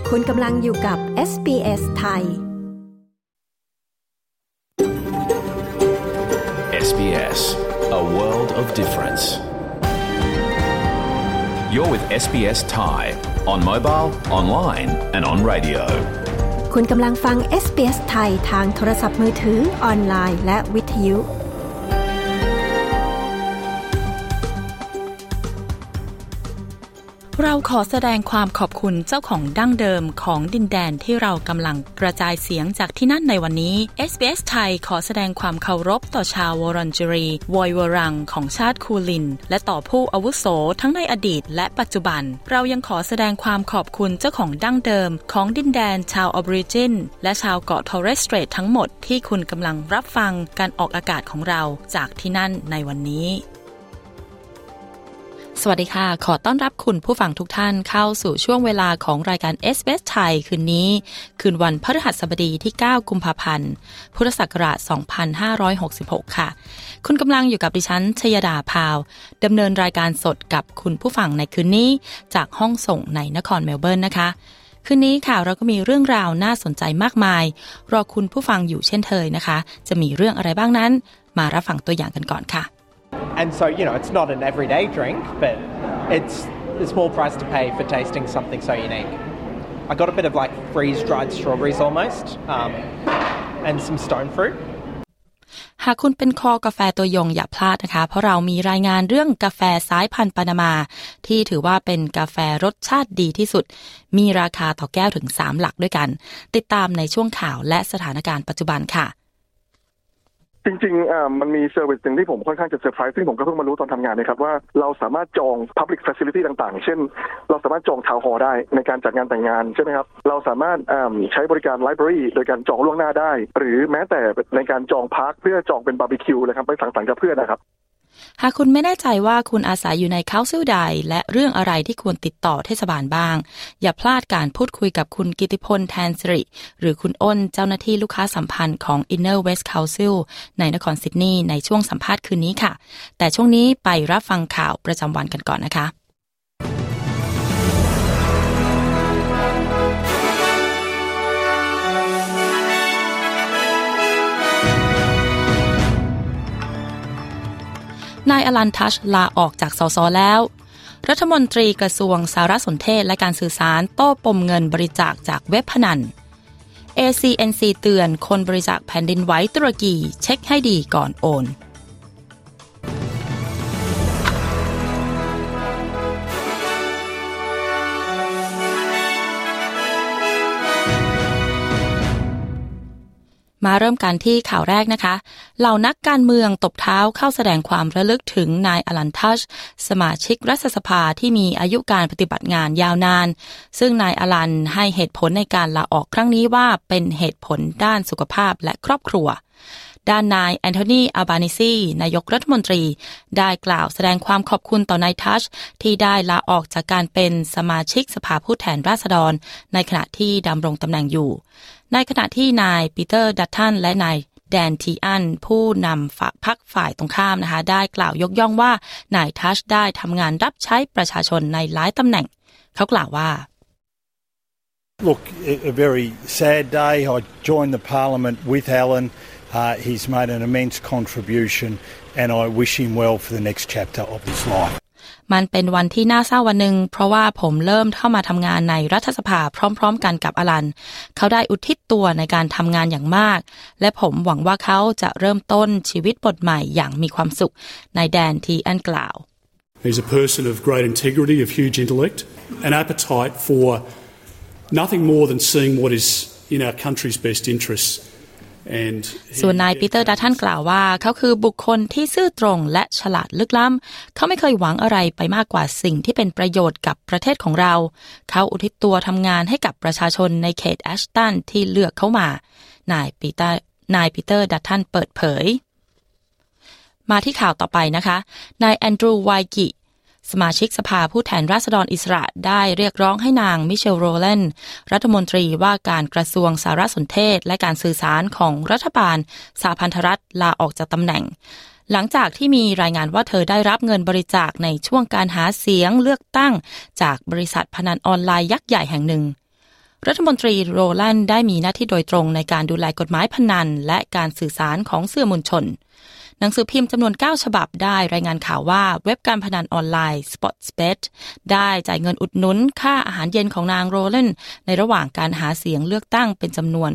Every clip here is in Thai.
คุณกำลังอยู่กับ SBS ไทย SBS, a world of difference. You're with SBS Thai on mobile, online and on radio. คุณกำลังฟัง SBS ไทยทางโทรศัพท์มือถือออนไลน์และวิทยุเราขอแสดงความขอบคุณเจ้าของดั้งเดิมของดินแดนที่เรากำลังกระจายเสียงจากที่นั่นในวันนี้ SBS ไทยขอแสดงความเคารพต่อชาววอรันจูรีวอยวรังของชาติคูลินและต่อผู้อาวุโสทั้งในอดีตและปัจจุบันเรายังขอแสดงความขอบคุณเจ้าของดั้งเดิมของดินแดนชาวออบอริจินและชาวเกาะทอร์เรสสเตรททั้งหมดที่คุณกำลังรับฟังการออกอากาศของเราจากที่นั่นในวันนี้สวัสดีค่ะขอต้อนรับคุณผู้ฟังทุกท่านเข้าสู่ช่วงเวลาของรายการ SBS ไทยคืนนี้คืนวันพฤหัสบดีที่9กุมภาพันธ์พุทธศักราช2566ค่ะคุณกำลังอยู่กับดิฉันชยดาพาวดำเนินรายการสดกับคุณผู้ฟังในคืนนี้จากห้องส่งในนครเมลเบิร์นนะคะคืนนี้ค่ะเราก็มีเรื่องราวน่าสนใจมากมายรอคุณผู้ฟังอยู่เช่นเคยนะคะจะมีเรื่องอะไรบ้างนั้นมารับฟังตัวอย่างกันก่อนค่ะ And so, it's not an everyday drink, but it's a small price to pay for tasting something so unique. I got a bit of like freeze-dried strawberries almost, and some stone fruit. หากคุณเป็นคอกาแฟตัวยงอย่าพลาดนะคะเพราะเรามีรายงานเรื่องกาแฟสายพันธุ์ปานามาที่ถือว่าเป็นกาแฟรสชาติดีที่สุดมีราคาต่อแก้วถึง3หลักด้วยกันติดตามในช่วงข่าวและสถานการณ์ปัจจุบันค่ะจริงๆมันมีเซอร์วิสนึงที่ผมค่อนข้างจะเซอร์ไพรส์ซึ่งผมก็เพิ่งมารู้ตอนทำงานนะครับว่าเราสามารถจอง Public Facility ต่างๆเช่นเราสามารถจองทาวน์ฮอลล์ได้ในการจัดงานแต่งงานใช่ไหมครับเราสามารถใช้บริการไลบรารีโดยการจองล่วงหน้าได้หรือแม้แต่ในการจองพาร์คเพื่อจองเป็นบาร์บีคิวเลยครับไปสังสรรค์กับเพื่อนนะครับหากคุณไม่แน่ใจว่าคุณอาศัยอยู่ในคาวซิลใดและเรื่องอะไรที่ควรติดต่อเทศบาลบ้างอย่าพลาดการพูดคุยกับคุณกิติพลแทนสิริหรือคุณอ้นเจ้าหน้าที่ลูกค้าสัมพันธ์ของ Inner West Council ในนครซิดนีย์ในช่วงสัมภาษณ์คืนนี้ค่ะแต่ช่วงนี้ไปรับฟังข่าวประจำวันกันก่อนนะคะนายอลันทัชลาออกจากสสแล้วรัฐมนตรีกระทรวงสารสนเทศและการสื่อสารโต้ปมเงินบริจาคจากเว็บพนัน ACNC เตือนคนบริจาคแผ่นดินไหวตุรกีเช็คให้ดีก่อนโอนมาเริ่มกันที่ข่าวแรกนะคะเหล่านักการเมืองตบเท้าเข้าแสดงความระลึกถึงนายอลันทัชสมาชิกรัฐสภาที่มีอายุการปฏิบัติงานยาวนานซึ่งนายอลันให้เหตุผลในการลาออกครั้งนี้ว่าเป็นเหตุผลด้านสุขภาพและครอบครัวด้านนายแอนโทนีอัลบานิซีนายกรัฐมนตรีได้กล่าวแสดงความขอบคุณต่อนายทัชที่ได้ลาออกจากการเป็นสมาชิกสภาผู้แทนราษฎรในขณะที่ดำรงตำแหน่งอยู่ในขณะที่นายปีเตอร์ดัตตันและนายแดนทีอันผู้นำพรรคฝ่ายตรงข้ามนะคะได้กล่าวยกย่องว่านายทัชได้ทำงานรับใช้ประชาชนในหลายตำแหน่งเขากล่าวว่า Look, a very sad day. I joined the parliament with Alan. He's made an immense contribution and I wish him well for the next chapter of his life. มันเป็นวันที่น่าเศร้าวันหนึ่งเพราะว่าผมเริ่มเข้ามาทำงานในรัฐสภาพร้อมๆกันกับอลันเขาได้อุทิศตัวในการทำงานอย่างมากและผมหวังว่าเขาจะเริ่มต้นชีวิตบทใหม่อย่างมีความสุขนายแดนทีอันกล่าว He's a person of great integrity, of huge intellect, an appetite for nothing more than seeing what is in our country's best interests. ส่วนนายปีเตอร์ดัตตันกล่าวว่าเขาคือบุคคลที่ซื่อตรงและฉลาดลึกล้ำเขาไม่เคยหวังอะไรไปมากกว่าสิ่งที่เป็นประโยชน์กับประเทศของเราเขาอุทิศตัวทำงานให้กับประชาชนในเขตแอชตันที่เลือกเขามานายปีเตอร์ดัตตันเปิดเผยมาที่ข่าวต่อไปนะคะนายแอนดรูว์ไวกิสมาชิกสภาผู้แทนราษฎรอิสระได้เรียกร้องให้นางมิเชลโรแลนด์รัฐมนตรีว่าการกระทรวงสารสนเทศและการสื่อสารของรัฐบาลสหพันธรัฐลาออกจากตำแหน่งหลังจากที่มีรายงานว่าเธอได้รับเงินบริจาคในช่วงการหาเสียงเลือกตั้งจากบริษัทพนันออนไลน์ยักษ์ใหญ่แห่งหนึ่งรัฐมนตรีโรแลนด์ได้มีหน้าที่โดยตรงในการดูแลกฎหมายพนันและการสื่อสารของสื่อมวลชนหนังสือพิมพ์จำนวน9ฉบับได้รายงานข่าวว่าเว็บการพนันออนไลน์ Sportsbet ได้จ่ายเงินอุดหนุนค่าอาหารเย็นของนางโรแลนด์ในระหว่างการหาเสียงเลือกตั้งเป็นจำนวน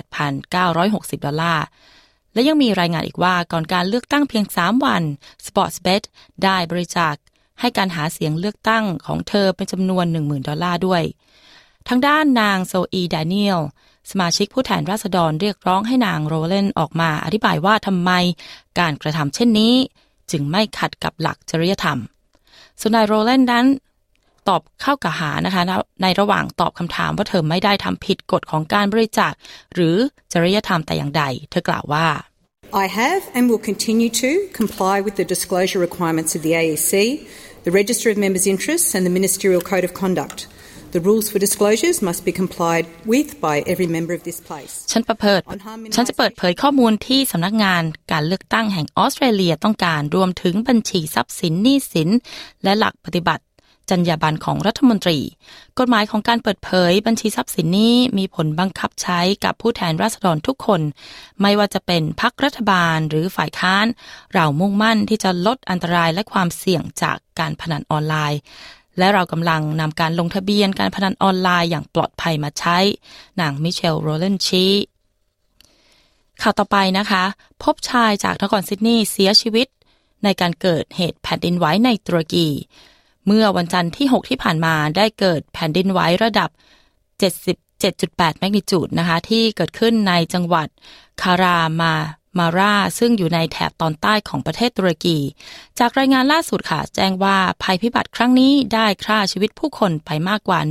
$8,960 และยังมีรายงานอีกว่าก่อนการเลือกตั้งเพียง3วัน Sportsbet ได้บริจาคให้การหาเสียงเลือกตั้งของเธอเป็นจำนวน $10,000 ด้วยทางด้านนางโซอีแดเนียลสมาชิกผู้แทนราษฎรเรียกร้องให้นางโรแลนด์ออกมาอธิบายว่าทำไมการกระทำเช่นนี้จึงไม่ขัดกับหลักจริยธรรมส่วนนายโรแลนด์นั้นตอบเข้ากล่าวหานะคะในระหว่างตอบคำถามว่าเธอไม่ได้ทำผิดกฎของการบริจาคหรือจริยธรรมแต่อย่างใดเธอกล่าวว่า I have and will continue to comply with the disclosure requirements of the AEC, the Register of Members' Interests and the Ministerial Code of Conduct.The rules for disclosures must be complied with by every member of this place. ฉันจะเปิดเผยข้อมูลที่สำนักงานการเลือกตั้งแห่งออสเตรเลียต้องการรวมถึงบัญชีทรัพย์สินหนี้สินและหลักปฏิบัติจรรยาบรรณของรัฐมนตรีกฎหมายของการเปิดเผยบัญชีทรัพย์สินนี้มีผลบังคับใช้กับผู้แทนราษฎรทุกคนไม่ว่าจะเป็นพรรครัฐบาลหรือฝ่ายค้านเรามุ่งมั่นที่จะลดอันตรายและความเสี่ยงจากการพนันออนไลน์และเรากำลังนำการลงทะเบียนการพนันออนไลน์อย่างปลอดภัยมาใช้นางมิเชลโรแลนด์ชี้ข่าวต่อไปนะคะพบชายจากนครซิดนีย์เสียชีวิตในการเกิดเหตุแผ่นดินไหวในตุรกีเมื่อวันจันทร์ที่6ที่ผ่านมาได้เกิดแผ่นดินไหวระดับ 77.8 แมกนิจูดนะคะที่เกิดขึ้นในจังหวัดคารามาราซึ่งอยู่ในแถบตอนใต้ของประเทศตุรกีจากรายงานล่าสุดค่ะแจ้งว่าภัยพิบัติครั้งนี้ได้ฆ่าชีวิตผู้คนไปมากกว่า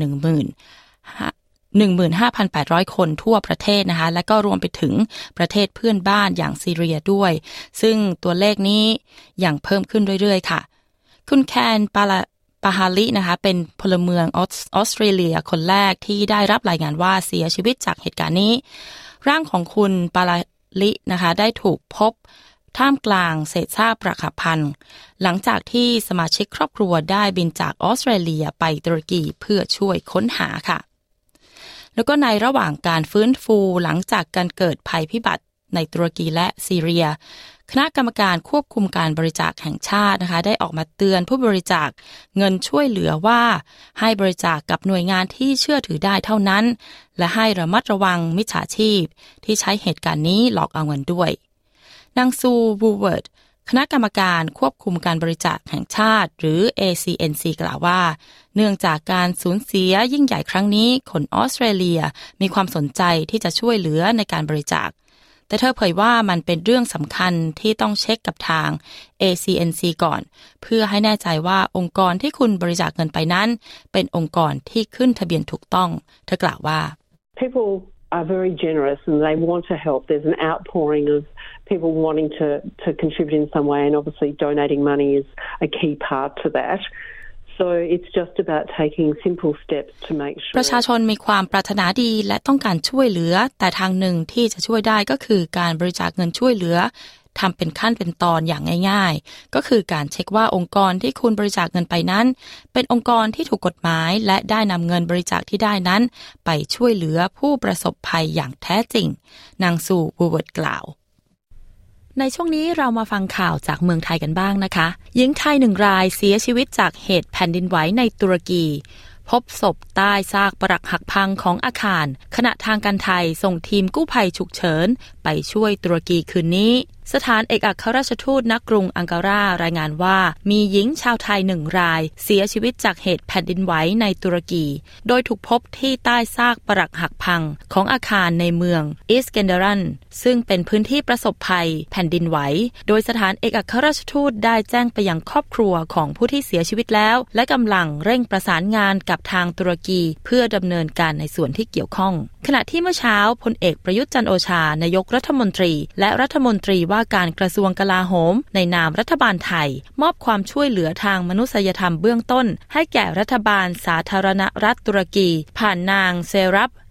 15,800 คนทั่วประเทศนะคะและก็รวมไปถึงประเทศเพื่อนบ้านอย่างซีเรียด้วยซึ่งตัวเลขนี้ยังเพิ่มขึ้นเรื่อยๆค่ะคุณแคนปาฮาลินะคะเป็นพลเมืองออสเตรเลียคนแรกที่ได้รับรายงานว่าเสียชีวิตจากเหตุการณ์นี้ร่างของคุณปาลินะคะได้ถูกพบท่ามกลางเศษซากปรักหักพังหลังจากที่สมาชิกครอบครัวได้บินจากออสเตรเลียไปตุรกีเพื่อช่วยค้นหาค่ะแล้วก็ในระหว่างการฟื้นฟูหลังจากการเกิดภัยพิบัติในตุรกีและซีเรียคณะกรรมการควบคุมการบริจาคแห่งชาตินะคะได้ออกมาเตือนผู้บริจาคเงินช่วยเหลือว่าให้บริจาคกับหน่วยงานที่เชื่อถือได้เท่านั้นและให้ระมัดระวังมิจฉาชีพที่ใช้เหตุการณ์นี้หลอกเอาเงินด้วยนางซูวูเวิร์ดคณะกรรมการควบคุมการบริจาคแห่งชาติหรือ ACNC กล่าวว่าเนื่องจากการสูญเสียยิ่งใหญ่ครั้งนี้คนออสเตรเลียมีความสนใจที่จะช่วยเหลือในการบริจาคแต่เธอเผยว่ามันเป็นเรื่องสำคัญที่ต้องเช็คกับทาง ACNC ก่อนเพื่อให้แน่ใจว่าองค์กรที่คุณบริจาคเงินไปนั้นเป็นองค์กรที่ขึ้นทะเบียนถูกต้องเธอกล่าวว่า People are very generous and they want to help. There's an outpouring of people wanting to contribute in some way and obviously donating money is a key part to that.So it's just about taking simple steps to make sure ประชาชนมีความปรารถนาดีและต้องการช่วยเหลือแต่ทางหนึ่งที่จะช่วยได้ก็คือการบริจาคเงินช่วยเหลือทำเป็นขั้นเป็นตอนอย่างง่ายๆก็คือการเช็คว่าองค์กรที่คุณบริจาคเงินไปนั้นเป็นองค์กรที่ถูกกฎหมายและได้นำเงินบริจาคที่ได้นั้นไปช่วยเหลือผู้ประสบภัยอย่างแท้จริงนางซูบูเวิร์ดกล่าวในช่วงนี้เรามาฟังข่าวจากเมืองไทยกันบ้างนะคะหญิงไทย1 รายเสียชีวิตจากเหตุแผ่นดินไหวในตุรกีพบศพใต้ซากปรักหักพังของอาคารขณะทางการไทยส่งทีมกู้ภัยฉุกเฉินไปช่วยตุรกีคืนนี้สถานเอกอัครราชทูตณกรุงอังการารายงานว่ามีหญิงชาวไทย1 รายเสียชีวิตจากเหตุแผ่นดินไหวในตุรกีโดยถูกพบที่ใต้ซากปรักหักพังของอาคารในเมืองอิสเกนเดรันซึ่งเป็นพื้นที่ประสบภัยแผ่นดินไหวโดยสถานเอกอัครราชทูตได้แจ้งไปยังครอบครัวของผู้ที่เสียชีวิตแล้วและกำลังเร่งประสานงานกับทางตุรกีเพื่อดำเนินการในส่วนที่เกี่ยวข้องขณะที่เมื่อเช้าพลเอกประยุทธ์จันทร์โอชานายกรัฐมนตรีและรัฐมนตรีว่าการกระทรวงกลาโหมในนามรัฐบาลไทยมอบความช่วยเหลือทางมนุษยธรรมเบื้องต้นให้แก่รัฐบาลสาธารณรัฐตุรกีผ่านนางเซรับ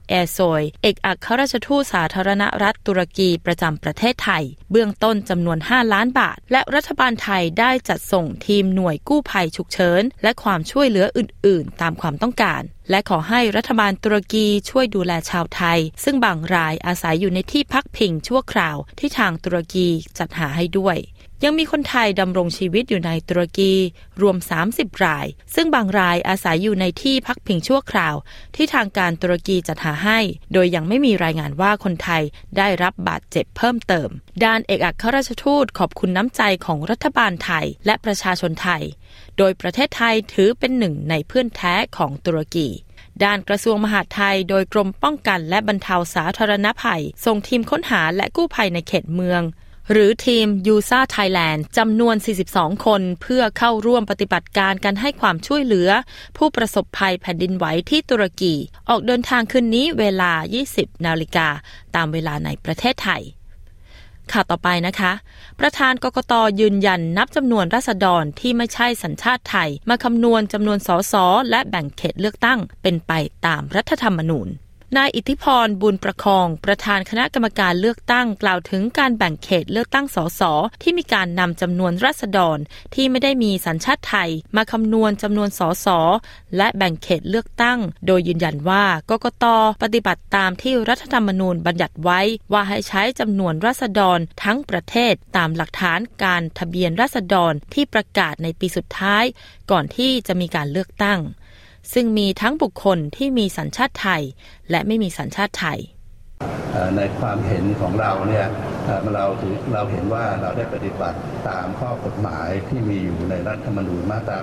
แอร์โซยเอกอัครราชทูตสาธารณรัฐตุรกีประจำประเทศไทยเบื้องต้นจำนวน5 ล้านบาทและรัฐบาลไทยได้จัดส่งทีมหน่วยกู้ภัยฉุกเฉินและความช่วยเหลืออื่นๆตามความต้องการและขอให้รัฐบาลตุรกีช่วยดูแลชาวไทยซึ่งบางรายอาศัยอยู่ในที่พักพิงชั่วคราวที่ทางตุรกีจัดหาให้ด้วยยังมีคนไทยดำรงชีวิตอยู่ในตุรกีรวม30 รายซึ่งบางรายอาศัยอยู่ในที่พักพิงชั่วคราวที่ทางการตุรกีจัดหาให้โดยยังไม่มีรายงานว่าคนไทยได้รับบาดเจ็บเพิ่มเติมด้านเอกอัครราชทูตขอบคุณน้ำใจของรัฐบาลไทยและประชาชนไทยโดยประเทศไทยถือเป็นหนึ่งในเพื่อนแท้ของตุรกีด้านกระทรวงมหาดไทยโดยกรมป้องกันและบรรเทาสาธารณภัยส่งทีมค้นหาและกู้ภัยในเขตเมืองหรือทีมยูซ่าไทยแลนด์จำนวน42 คนเพื่อเข้าร่วมปฏิบัติการกันให้ความช่วยเหลือผู้ประสบภัยแผ่นดินไหวที่ตุรกีออกเดินทางคืนนี้เวลา 20 นาฬิกาตามเวลาในประเทศไทยข่าวต่อไปนะคะประธานกกต.ยืนยันนับจำนวนราษฎรที่ไม่ใช่สัญชาติไทยมาคำนวณจำนวนสสและแบ่งเขตเลือกตั้งเป็นไปตามรัฐธรรมนูญนายอิทธิพรบุญประคองประธานคณะกรรมการเลือกตั้งกล่าวถึงการแบ่งเขตเลือกตั้งสสที่มีการนำจำนวนราษฎรที่ไม่ได้มีสัญชาติไทยมาคำนวณจำนวนสสและแบ่งเขตเลือกตั้งโดยยืนยันว่ากกต.ปฏิบัติตามที่รัฐธรรมนูญบัญญัติไว้ว่าให้ใช้จำนวนราษฎรทั้งประเทศตามหลักฐานการทะเบียนราษฎรที่ประกาศในปีสุดท้ายก่อนที่จะมีการเลือกตั้งซึ่งมีทั้งบุคคลที่มีสัญชาติไทยและไม่มีสัญชาติไทยในความเห็นของเราเนี่ยเราเห็นว่าเราได้ปฏิบัติตามข้อกฎหมายที่มีอยู่ในรัฐธรรมนูญมาตรา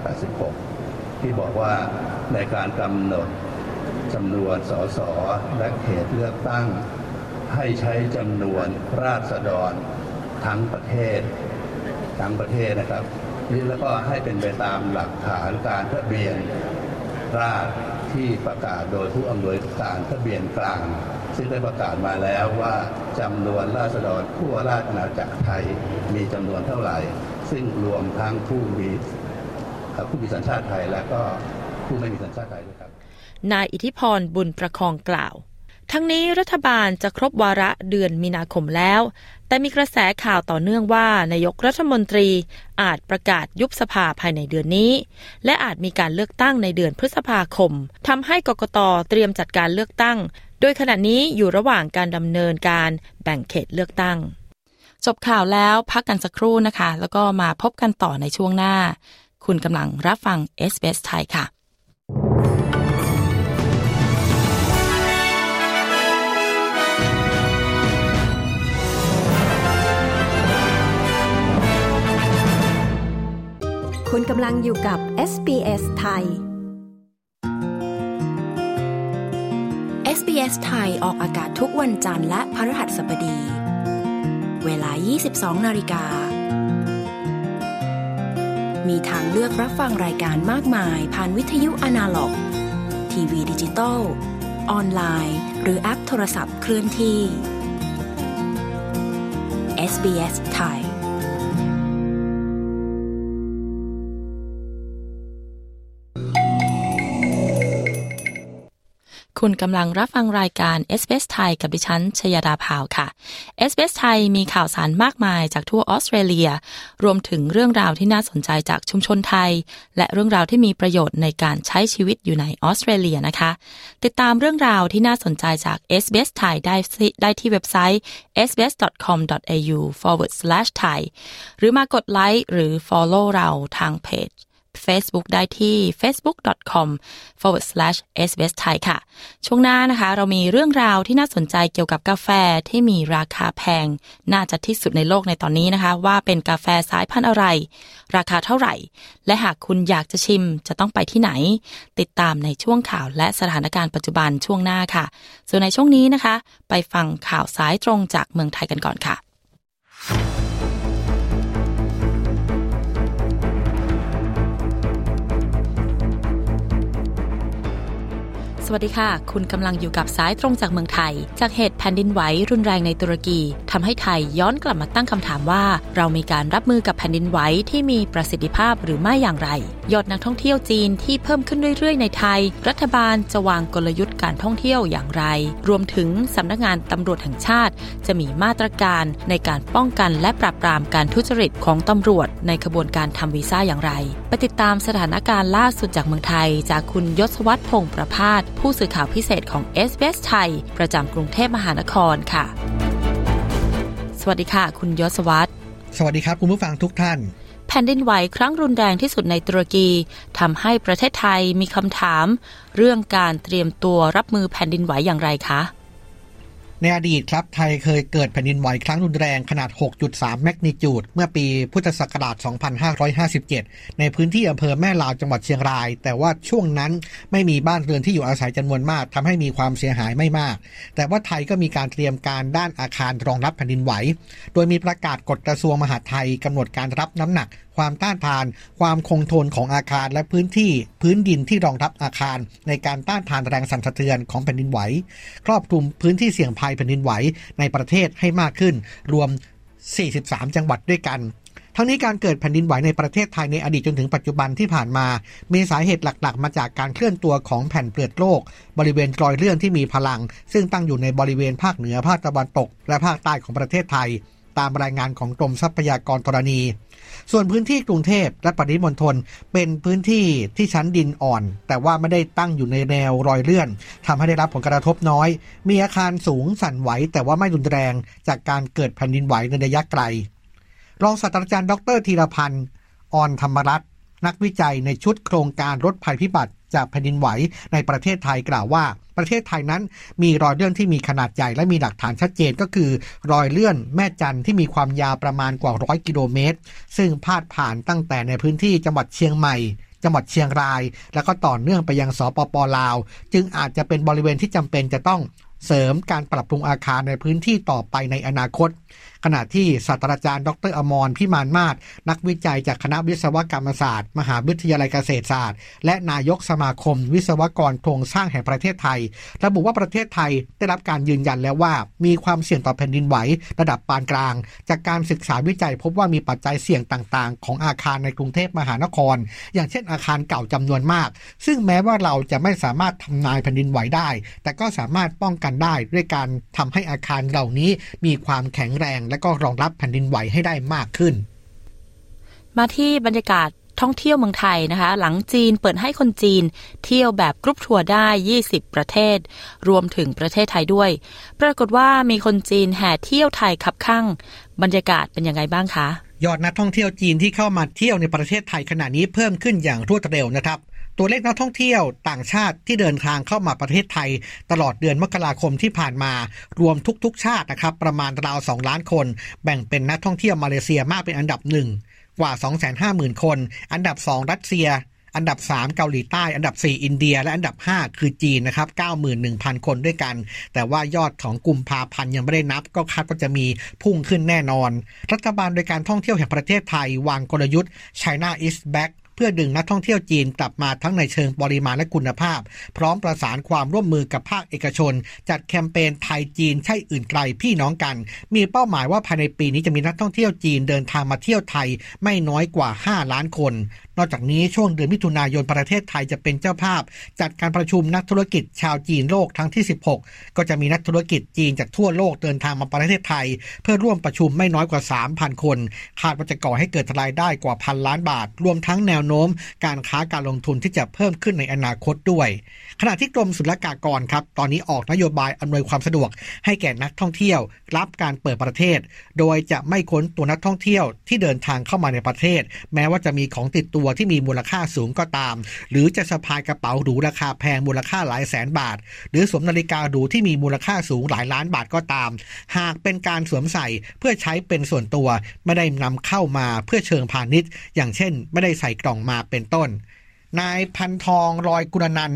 86 ที่บอกว่าในการกำหนดจำนวนสสและเขตเลือกตั้งให้ใช้จำนวนราษฎรทั้งประเทศนะครับแล้วก็ให้เป็นไปตามหลักฐานการทะเบียนราษฎรที่ประกาศโดยผู้อำนวยการทะเบียนกลางซึ่งได้ประกาศมาแล้วว่าจำนวนราษฎรทั่วราชอาณาจักรไทยมีจำนวนเท่าไหร่ซึ่งรวมทั้งผู้มีสัญชาติไทยและก็ผู้ไม่มีสัญชาติไทยด้วยครับนายอิทธิพรบุญประคองกล่าวทั้งนี้รัฐบาลจะครบวาระเดือนมีนาคมแล้วแต่มีกระแสข่าวต่อเนื่องว่านายกรัฐมนตรีอาจประกาศยุบสภาภายในเดือนนี้และอาจมีการเลือกตั้งในเดือนพฤษภาคมทำให้กกต.เตรียมจัดการเลือกตั้งโดยขณะนี้อยู่ระหว่างการดำเนินการแบ่งเขตเลือกตั้งจบข่าวแล้วพักกันสักครู่นะคะแล้วก็มาพบกันต่อในช่วงหน้าคุณกำลังรับฟัง SBS ไทยค่ะคุณกำลังอยู่กับ SBS ไทย SBS ไทยออกอากาศทุกวันจันทร์และพฤหัสบดีเวลา 22:00 น.มีทางเลือกรับฟังรายการมากมายผ่านวิทยุอนาล็อก ทีวีดิจิตอลออนไลน์หรือแอปโทรศัพท์เคลื่อนที่ SBS ไทยคุณกำลังรับฟังรายการ SBS ไทยกับดิฉันชยดาภาวค่ะ SBS ไทยมีข่าวสารมากมายจากทั่วออสเตรเลียรวมถึงเรื่องราวที่น่าสนใจจากชุมชนไทยและเรื่องราวที่มีประโยชน์ในการใช้ชีวิตอยู่ในออสเตรเลียนะคะติดตามเรื่องราวที่น่าสนใจจาก SBS ไทยได้ที่เว็บไซต์ sbs.com.au/thai หรือมากดไลค์หรือ follow เราทางเพจFacebook ได้ที่ facebook.com/SBS Thai ค่ะช่วงหน้านะคะเรามีเรื่องราวที่น่าสนใจเกี่ยวกับกาแฟที่มีราคาแพงน่าจะที่สุดในโลกในตอนนี้นะคะว่าเป็นกาแฟสายพันธุ์อะไรราคาเท่าไหร่และหากคุณอยากจะชิมจะต้องไปที่ไหนติดตามในช่วงข่าวและสถานการณ์ปัจจุบันช่วงหน้าค่ะส่วนในช่วงนี้นะคะไปฟังข่าวสายตรงจากเมืองไทยกันก่อนค่ะสวัสดีค่ะคุณกำลังอยู่กับสายตรงจากเมืองไทยจากเหตุแผ่นดินไหวรุนแรงในตุรกีทำให้ไทยย้อนกลับมาตั้งคำถามว่าเรามีการรับมือกับแผ่นดินไหวที่มีประสิทธิภาพหรือไม่อย่างไรยอดนักท่องเที่ยวจีนที่เพิ่มขึ้นเรื่อยๆในไทยรัฐบาลจะวางกลยุทธ์การท่องเที่ยวอย่างไรรวมถึงสำนักงานตำรวจแห่งชาติจะมีมาตรการในการป้องกันและปราบปรามการทุจริตของตำรวจในขบวนการทำวีซ่าอย่างไรไปติดตามสถานการณ์ล่าสุดจากเมืองไทยจากคุณยศวัฒน์พงษ์ประภาสผู้สื่อข่าวพิเศษของ SBS ไทยประจำกรุงเทพมหานครค่ะสวัสดีค่ะคุณยศวัฒน์สวัสดีครับคุณผู้ฟังทุกท่านแผ่นดินไหวครั้งรุนแรงที่สุดในตุรกีทำให้ประเทศไทยมีคำถามเรื่องการเตรียมตัวรับมือแผ่นดินไหวอย่างไรคะในอดีตครับไทยเคยเกิดแผ่นดินไหวครั้งรุนแรงขนาด 6.3 แมกนิจูดเมื่อปีพุทธศักราช 2557 ในพื้นที่อำเภอแม่ลาวจังหวัดเชียงรายแต่ว่าช่วงนั้นไม่มีบ้านเรือนที่อยู่อาศัยจำนวนมากทำให้มีความเสียหายไม่มากแต่ว่าไทยก็มีการเตรียมการด้านอาคารรองรับแผ่นดินไหวโดยมีประกาศกฎกระทรวงมหาดไทยกำหนดการรับน้ำหนักความต้านทานความคงทนของอาคารและพื้นดินที่รองรับอาคารในการต้านทานแรงสั่นสะเทือนของแผ่นดินไหวครอบคลุมพื้นที่เสี่ยงภัยแผ่นดินไหวในประเทศให้มากขึ้นรวม43จังหวัดด้วยกันทั้งนี้การเกิดแผ่นดินไหวในประเทศไทยในอดีตจนถึงปัจจุบันที่ผ่านมามีสาเหตุหลักๆมาจากการเคลื่อนตัวของแผ่นเปลือกโลกบริเวณรอยเลื่อนที่มีพลังซึ่งตั้งอยู่ในบริเวณภาคเหนือภาคตะวันตกและภาคใต้ของประเทศไทยตามรายงานของกรมทรัพยากรธรณีส่วนพื้นที่กรุงเทพและปริมณฑลเป็นพื้นที่ที่ชั้นดินอ่อนแต่ว่าไม่ได้ตั้งอยู่ในแนวรอยเลื่อนทำให้ได้รับผลกระทบน้อยมีอาคารสูงสั่นไหวแต่ว่าไม่รุนแรงจากการเกิดแผ่นดินไหวในระยะไกลรองศาสตราจารย์ดร.ธีรพันธ์ออนธรรมรัตน์นักวิจัยในชุดโครงการลดภัยพิบัติจากแผ่นดินไหวในประเทศไทยกล่าวว่าประเทศไทยนั้นมีรอยเลื่อนที่มีขนาดใหญ่และมีหลักฐานชัดเจนก็คือรอยเลื่อนแม่จันที่มีความยาวประมาณกว่า100กิโลเมตรซึ่งพาดผ่านตั้งแต่ในพื้นที่จังหวัดเชียงใหม่จังหวัดเชียงรายแล้วก็ต่อเนื่องไปยังสปป.ลาวจึงอาจจะเป็นบริเวณที่จำเป็นจะต้องเสริมการปรับปรุงอาคารในพื้นที่ต่อไปในอนาคตขณะที่ศาสตราจารย์ดร.อมรพิมานมาศนักวิจัยจากคณะวิศวกรรมศาสตร์มหาวิทยาลัยเกษตรศาสตร์และนายกสมาคมวิศวกรโครงสร้างแห่งประเทศไทยระบุว่าประเทศไทยได้รับการยืนยันแล้วว่ามีความเสี่ยงต่อแผ่นดินไหวระดับปานกลางจากการศึกษาวิจัยพบว่ามีปัจจัยเสี่ยงต่างๆของอาคารในกรุงเทพมหานครอย่างเช่นอาคารเก่าจำนวนมากซึ่งแม้ว่าเราจะไม่สามารถทำนายแผ่นดินไหวได้แต่ก็สามารถป้องกันได้ด้วยการทำให้อาคารเหล่านี้มีความแข็งแรงและก็รองรับแผ่นดินไหวให้ได้มากขึ้นมาที่บรรยากาศท่องเที่ยวเมืองไทยนะคะหลังจีนเปิดให้คนจีนเที่ยวแบบกรุ๊ปทัวร์ได้20ประเทศรวมถึงประเทศไทยด้วยปรากฏว่ามีคนจีนแห่เที่ยวไทยคับคั่งบรรยากาศเป็นยังไงบ้างคะยอดนักท่องเที่ยวจีนที่เข้ามาเที่ยวในประเทศไทยขณะนี้เพิ่มขึ้นอย่างรวดเร็วนะครับตัวเลขนักท่องเที่ยวต่างชาติที่เดินทางเข้ามาประเทศไทยตลอดเดือนมกราคมที่ผ่านมารวมทุกชาตินะครับประมาณราว2ล้านคนแบ่งเป็นนักท่องเที่ยวมาเลเซียมากเป็นอันดับ1กว่า 250,000 คนอันดับ2รัสเซียอันดับ3เกาหลีใต้อันดับ4อินเดียและอันดับ5คือจีนนะครับ 91,000 คนด้วยกันแต่ว่ายอดของกุมภาพันธ์ยังไม่ได้นับก็คาดว่าจะมีพุ่งขึ้นแน่นอนรัฐบาลโดยการท่องเที่ยวแห่งประเทศไทยวางกลยุทธ์ China is backเพื่อดึงนักท่องเที่ยวจีนกลับมาทั้งในเชิงปริมาณและคุณภาพพร้อมประสานความร่วมมือกับภาคเอกชนจัดแคมเปญไทยจีนใช่อื่นไกลพี่น้องกันมีเป้าหมายว่าภายในปีนี้จะมีนักท่องเที่ยวจีนเดินทางมาเที่ยวไทยไม่น้อยกว่า5ล้านคนนอกจากนี้ช่วงเดือนมิถุนายนประเทศไทยจะเป็นเจ้าภาพจัดการประชุมนักธุรกิจชาวจีนโลกครั้งที่16ก็จะมีนักธุรกิจจีนจากทั่วโลกเดินทางมาประเทศไทยเพื่อร่วมประชุมไม่น้อยกว่า 3,000 คนคาดว่าจะก่อให้เกิดรายได้กว่า1,000 ล้านบาทรวมทั้งแนวโน้มการค้าการลงทุนที่จะเพิ่มขึ้นในอนาคตด้วยขณะที่กรมศุลกากรครับตอนนี้ออกนโยบายอำนวยความสะดวกให้แก่นักท่องเที่ยวรับการเปิดประเทศโดยจะไม่ค้นตัวนักท่องเที่ยวที่เดินทางเข้ามาในประเทศแม้ว่าจะมีของติดตัวที่มีมูลค่าสูงก็ตามหรือจะสะพายกระเป๋าหรูราคาแพงมูลค่าหลายแสนบาทหรือสวมนาฬิกาหรูที่มีมูลค่าสูงหลายล้านบาทก็ตามหากเป็นการสวมใส่เพื่อใช้เป็นส่วนตัวไม่ได้นำเข้ามาเพื่อเชิงพาณิชย์อย่างเช่นไม่ได้ใส่กล่องมาเป็นต้นนายพันทองรอยกุลนันท์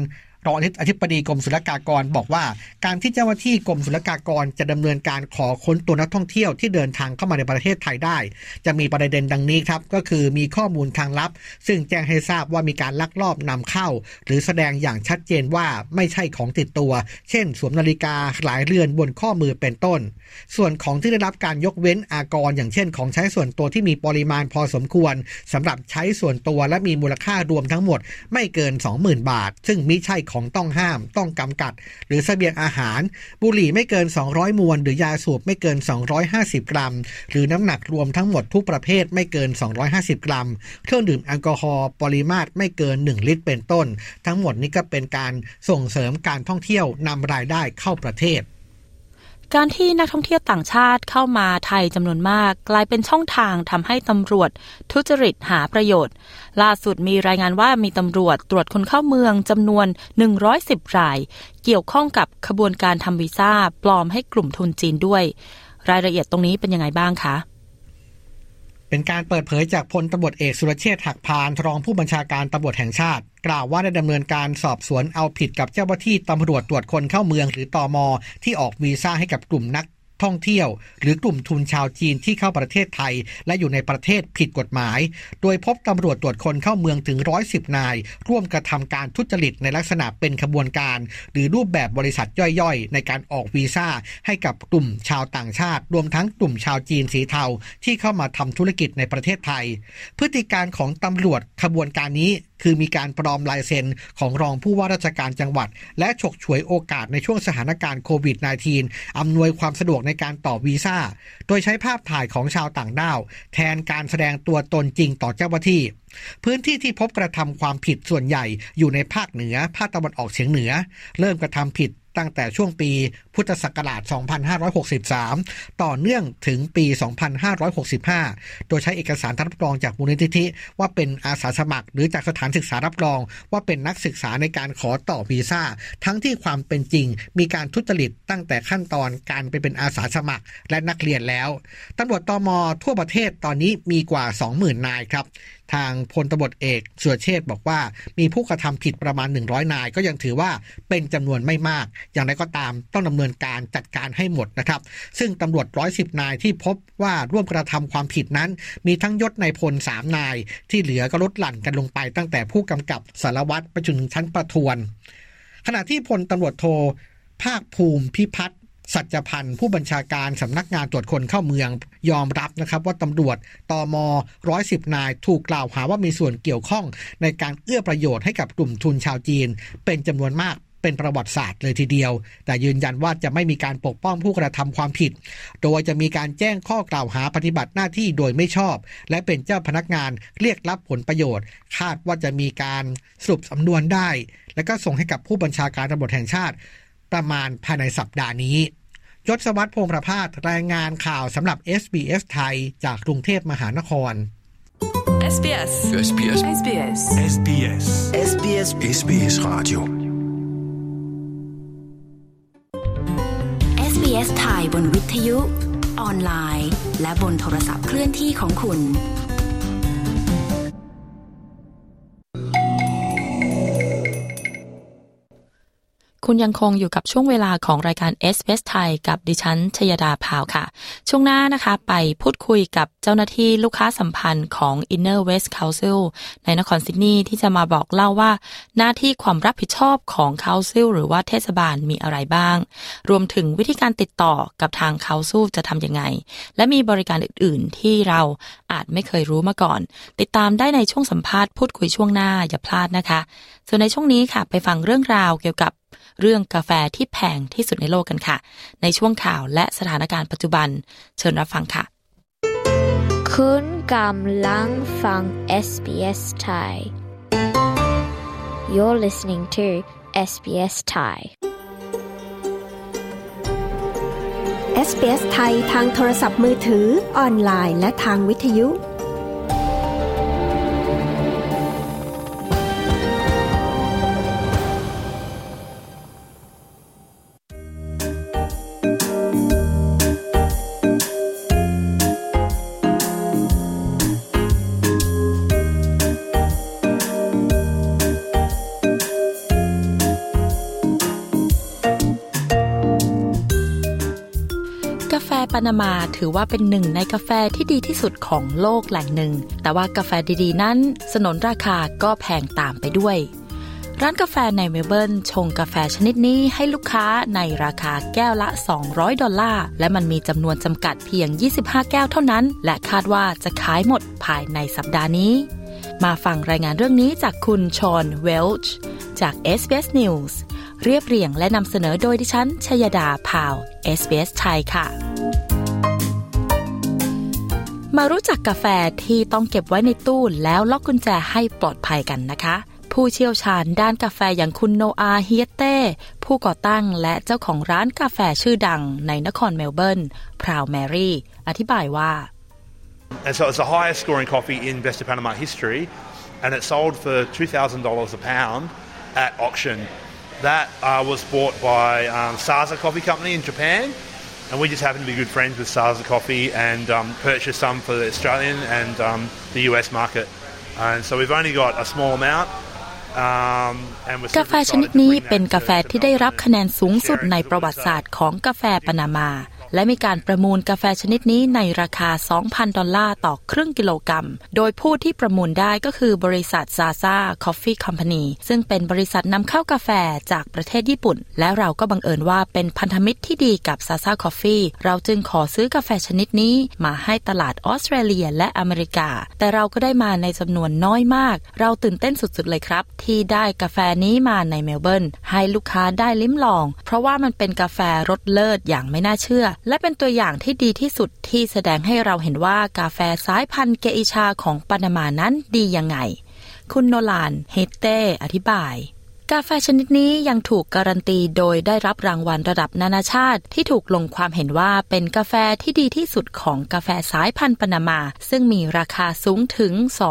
รองอธิบดีกรมศุลกากรบอกว่าการที่เจ้าหน้าที่กรมศุลกากรจะดำเนินการขอค้นตัวนักท่องเที่ยวที่เดินทางเข้ามาในประเทศไทยได้จะมีประเด็นดังนี้ครับก็คือมีข้อมูลทางลับซึ่งแจ้งให้ทราบว่ามีการลักลอบนำเข้าหรือแสดงอย่างชัดเจนว่าไม่ใช่ของติดตัวเช่นสวมนาฬิกาหลายเรือนบนข้อมือเป็นต้นส่วนของที่ได้รับการยกเว้นอากรอย่างเช่นของใช้ส่วนตัวที่มีปริมาณพอสมควรสำหรับใช้ส่วนตัวและมีมูลค่ารวมทั้งหมดไม่เกิน 20,000 บาทซึ่งมิใช่ของต้องห้ามต้องกำกัดหรือเสบียงอาหารบุหรี่ไม่เกิน200มวนหรือยาสูบไม่เกิน250กรัมหรือน้ำหนักรวมทั้งหมดทุกประเภทไม่เกิน250กรัมเครื่องดื่มแอลกอฮอล์ปริมาตรไม่เกิน1ลิตรเป็นต้นทั้งหมดนี้ก็เป็นการส่งเสริมการท่องเที่ยวนำรายได้เข้าประเทศการที่นักท่องเที่ยวต่างชาติเข้ามาไทยจำนวนมากกลายเป็นช่องทางทำให้ตำรวจทุจริตหาประโยชน์ล่าสุดมีรายงานว่ามีตำรวจตรวจคนเข้าเมืองจำนวน110รายเกี่ยวข้องกับขบวนการทำวีซ่าปลอมให้กลุ่มทุนจีนด้วยรายละเอียดตรงนี้เป็นยังไงบ้างคะเป็นการเปิดเผยจากพลตำรวจเอกสุรเชษฐ์หักพานรองผู้บัญชาการตำรวจแห่งชาติกล่าวว่าได้ดำเนินการสอบสวนเอาผิดกับเจ้าหน้าที่ตำรวจตรวจคนเข้าเมืองหรือตม.ที่ออกวีซ่าให้กับกลุ่มนักท่องเที่ยวหรือกลุ่มทุนชาวจีนที่เข้าประเทศไทยและอยู่ในประเทศผิดกฎหมายโดยพบตำรวจตรวจคนเข้าเมืองถึง110นายร่วมกระทำการทุจริตในลักษณะเป็นขบวนการหรือรูปแบบบริษัทย่อยๆในการออกวีซ่าให้กับกลุ่มชาวต่างชาติรวมทั้งกลุ่มชาวจีนสีเทาที่เข้ามาทำธุรกิจในประเทศไทยพฤติการของตำรวจขบวนการนี้คือมีการปลอมลายเซ็นของรองผู้ว่าราชการจังหวัดและฉกฉวยโอกาสในช่วงสถานการณ์โควิด -19 อำนวยความสะดวกในการต่อวีซ่าโดยใช้ภาพถ่ายของชาวต่างด้าวแทนการแสดงตัวตนจริงต่อเจ้าหน้าที่พื้นที่ที่พบกระทำความผิดส่วนใหญ่อยู่ในภาคเหนือภาคตะวันออกเฉียงเหนือเริ่มกระทำผิดตั้งแต่ช่วงปีพุทธศักราช 2563 ต่อเนื่องถึงปี 2565 โดยใช้เอกสารรับรองจากมูลนิธิว่าเป็นอาสาสมัครหรือจากสถานศึกษารับรองว่าเป็นนักศึกษาในการขอต่อวีซ่าทั้งที่ความเป็นจริงมีการทุจริตตั้งแต่ขั้นตอนการไปเป็นอาสาสมัครและนักเรียนแล้วตำรวจตม.ทั่วประเทศตอนนี้มีกว่า 20,000 นายครับทางพลตำรวจเอกสุรเชษฐ์บอกว่ามีผู้กระทำผิดประมาณ100นายก็ยังถือว่าเป็นจำนวนไม่มากอย่างไรก็ตามต้องดำเนินการจัดการให้หมดนะครับซึ่งตำรวจ110นายที่พบว่าร่วมกระทำความผิดนั้นมีทั้งยศนายพล3นายที่เหลือก็ลดหลั่นกันลงไปตั้งแต่ผู้กำกับสารวัตรไปจนถึงชั้นประทวนขณะที่พลตำรวจโทภาคภูมิพิพัฒน์สัจพันธ์ผู้บัญชาการสำนักงานตรวจคนเข้าเมืองยอมรับนะครับว่าตำรวจตม110นายถูกกล่าวหาว่ามีส่วนเกี่ยวข้องในการเอื้อประโยชน์ให้กับกลุ่มทุนชาวจีนเป็นจำนวนมากเป็นประวัติศาสตร์เลยทีเดียวแต่ยืนยันว่าจะไม่มีการปกป้องผู้กระทำความผิดโดยจะมีการแจ้งข้อกล่าวหาปฏิบัติหน้าที่โดยไม่ชอบและเป็นเจ้าพนักงานเรียกรับผลประโยชน์คาดว่าจะมีการสรุปสำนวนได้และก็ส่งให้กับผู้บัญชาการตำรวจแห่งชาติประมาณภายในสัปดาห์นี้ยศวัฒน์พงษ์ประภาสรายงานข่าวสำหรับ SBS ไทยจากกรุงเทพมหานคร SBS SBS SBS SBS SBS SBS Radio SBS ไทยบนวิทยุออนไลน์และบนโทรศัพท์เคลื่อนที่ของคุณคุณยังคงอยู่กับช่วงเวลาของรายการ SBS ไทยกับดิฉันชยดาพาวค่ะช่วงหน้านะคะไปพูดคุยกับเจ้าหน้าที่ลูกค้าสัมพันธ์ของ Inner West Council ในนครซิดนีย์ที่จะมาบอกเล่าว่าหน้าที่ความรับผิดชอบของ Council หรือว่าเทศบาลมีอะไรบ้างรวมถึงวิธีการติดต่อกับทาง Council จะทำยังไงและมีบริการอื่นๆที่เราอาจไม่เคยรู้มาก่อนติดตามได้ในช่วงสัมภาษณ์พูดคุยช่วงหน้าอย่าพลาดนะคะส่วนในช่วงนี้ค่ะไปฟังเรื่องราวเกี่ยวกับเรื่องกาแฟที่แพงที่สุดในโลกกันค่ะในช่วงข่าวและสถานการณ์ปัจจุบันเชิญรับฟังค่ะคุณกำลังฟัง SBS Thai You're listening to SBS Thai SBS ไทยทางโทรศัพท์มือถือออนไลน์และทางวิทยุกาแฟปานามาถือว่าเป็นหนึ่งในกาแฟที่ดีที่สุดของโลกแหล่งหนึ่งแต่ว่ากาแฟดีๆนั้นสนนราคาก็แพงตามไปด้วยร้านกาแฟในเมลเบิร์นชงกาแฟชนิดนี้ให้ลูกค้าในราคาแก้วละ$200และมันมีจำนวนจำกัดเพียง25แก้วเท่านั้นและคาดว่าจะขายหมดภายในสัปดาห์นี้มาฟังรายงานเรื่องนี้จากคุณชอนเวลช์จาก SBS News เรียบเรียงและนำเสนอโดยดิฉันชยดาพาว SBS ไทยค่ะมารู้จักกาแฟที่ต้องเก็บไว้ในตู้แล้วล็อกกุญแจให้ปลอดภัยกันนะคะผู้เชี่ยวชาญด้านกาแฟอย่างคุณโนอาเฮียเต้ผู้ก่อตั้งและเจ้าของร้านกาแฟชื่อดังในนครเมลเบิร์นพราวแมรี่อธิบายว่า And so it's the highest scoring coffee in Best of Panama history and it sold for $2,000 a pound at auction. That was bought by Sasa Coffee Company in Japan and we just happen to be good friends with Sasa Coffee and purchased some for the Australian and the US market. And so we've only got a small amount. กาแฟชนิดนี้เป็นกาแฟที่ได้รับคะแนนสูงสุดในประวัติศาสตร์ของกาแฟปานามาและมีการประมูลกาแฟชนิดนี้ในราคา$2,000ต่อครึ่งกิโลกรัมโดยผู้ที่ประมูลได้ก็คือบริษัท Sasa Coffee Company ซึ่งเป็นบริษัทนำเข้ากาแฟจากประเทศญี่ปุ่นและเราก็บังเอิญว่าเป็นพันธมิตรที่ดีกับ Sasa Coffee เราจึงขอซื้อกาแฟชนิดนี้มาให้ตลาดออสเตรเลียและอเมริกาแต่เราก็ได้มาในจำนวนน้อยมากเราตื่นเต้นสุดๆเลยครับที่ได้กาแฟนี้มาในเมลเบิร์นให้ลูกค้าได้ลิ้มลองเพราะว่ามันเป็นกาแฟรสเลิศอย่างไม่น่าเชื่อและเป็นตัวอย่างที่ดีที่สุดที่แสดงให้เราเห็นว่ากาแฟสายพันธุ์เกอิชาของปานามานั้นดียังไงคุณโนลานเฮเต้อธิบายกาแฟชนิดนี้ยังถูกการันตีโดยได้รับรางวัลระดับนานาชาติที่ถูกลงความเห็นว่าเป็นกาแฟที่ดีที่สุดของกาแฟสายพันธุ์ปานามาซึ่งมีราคาสูงถึง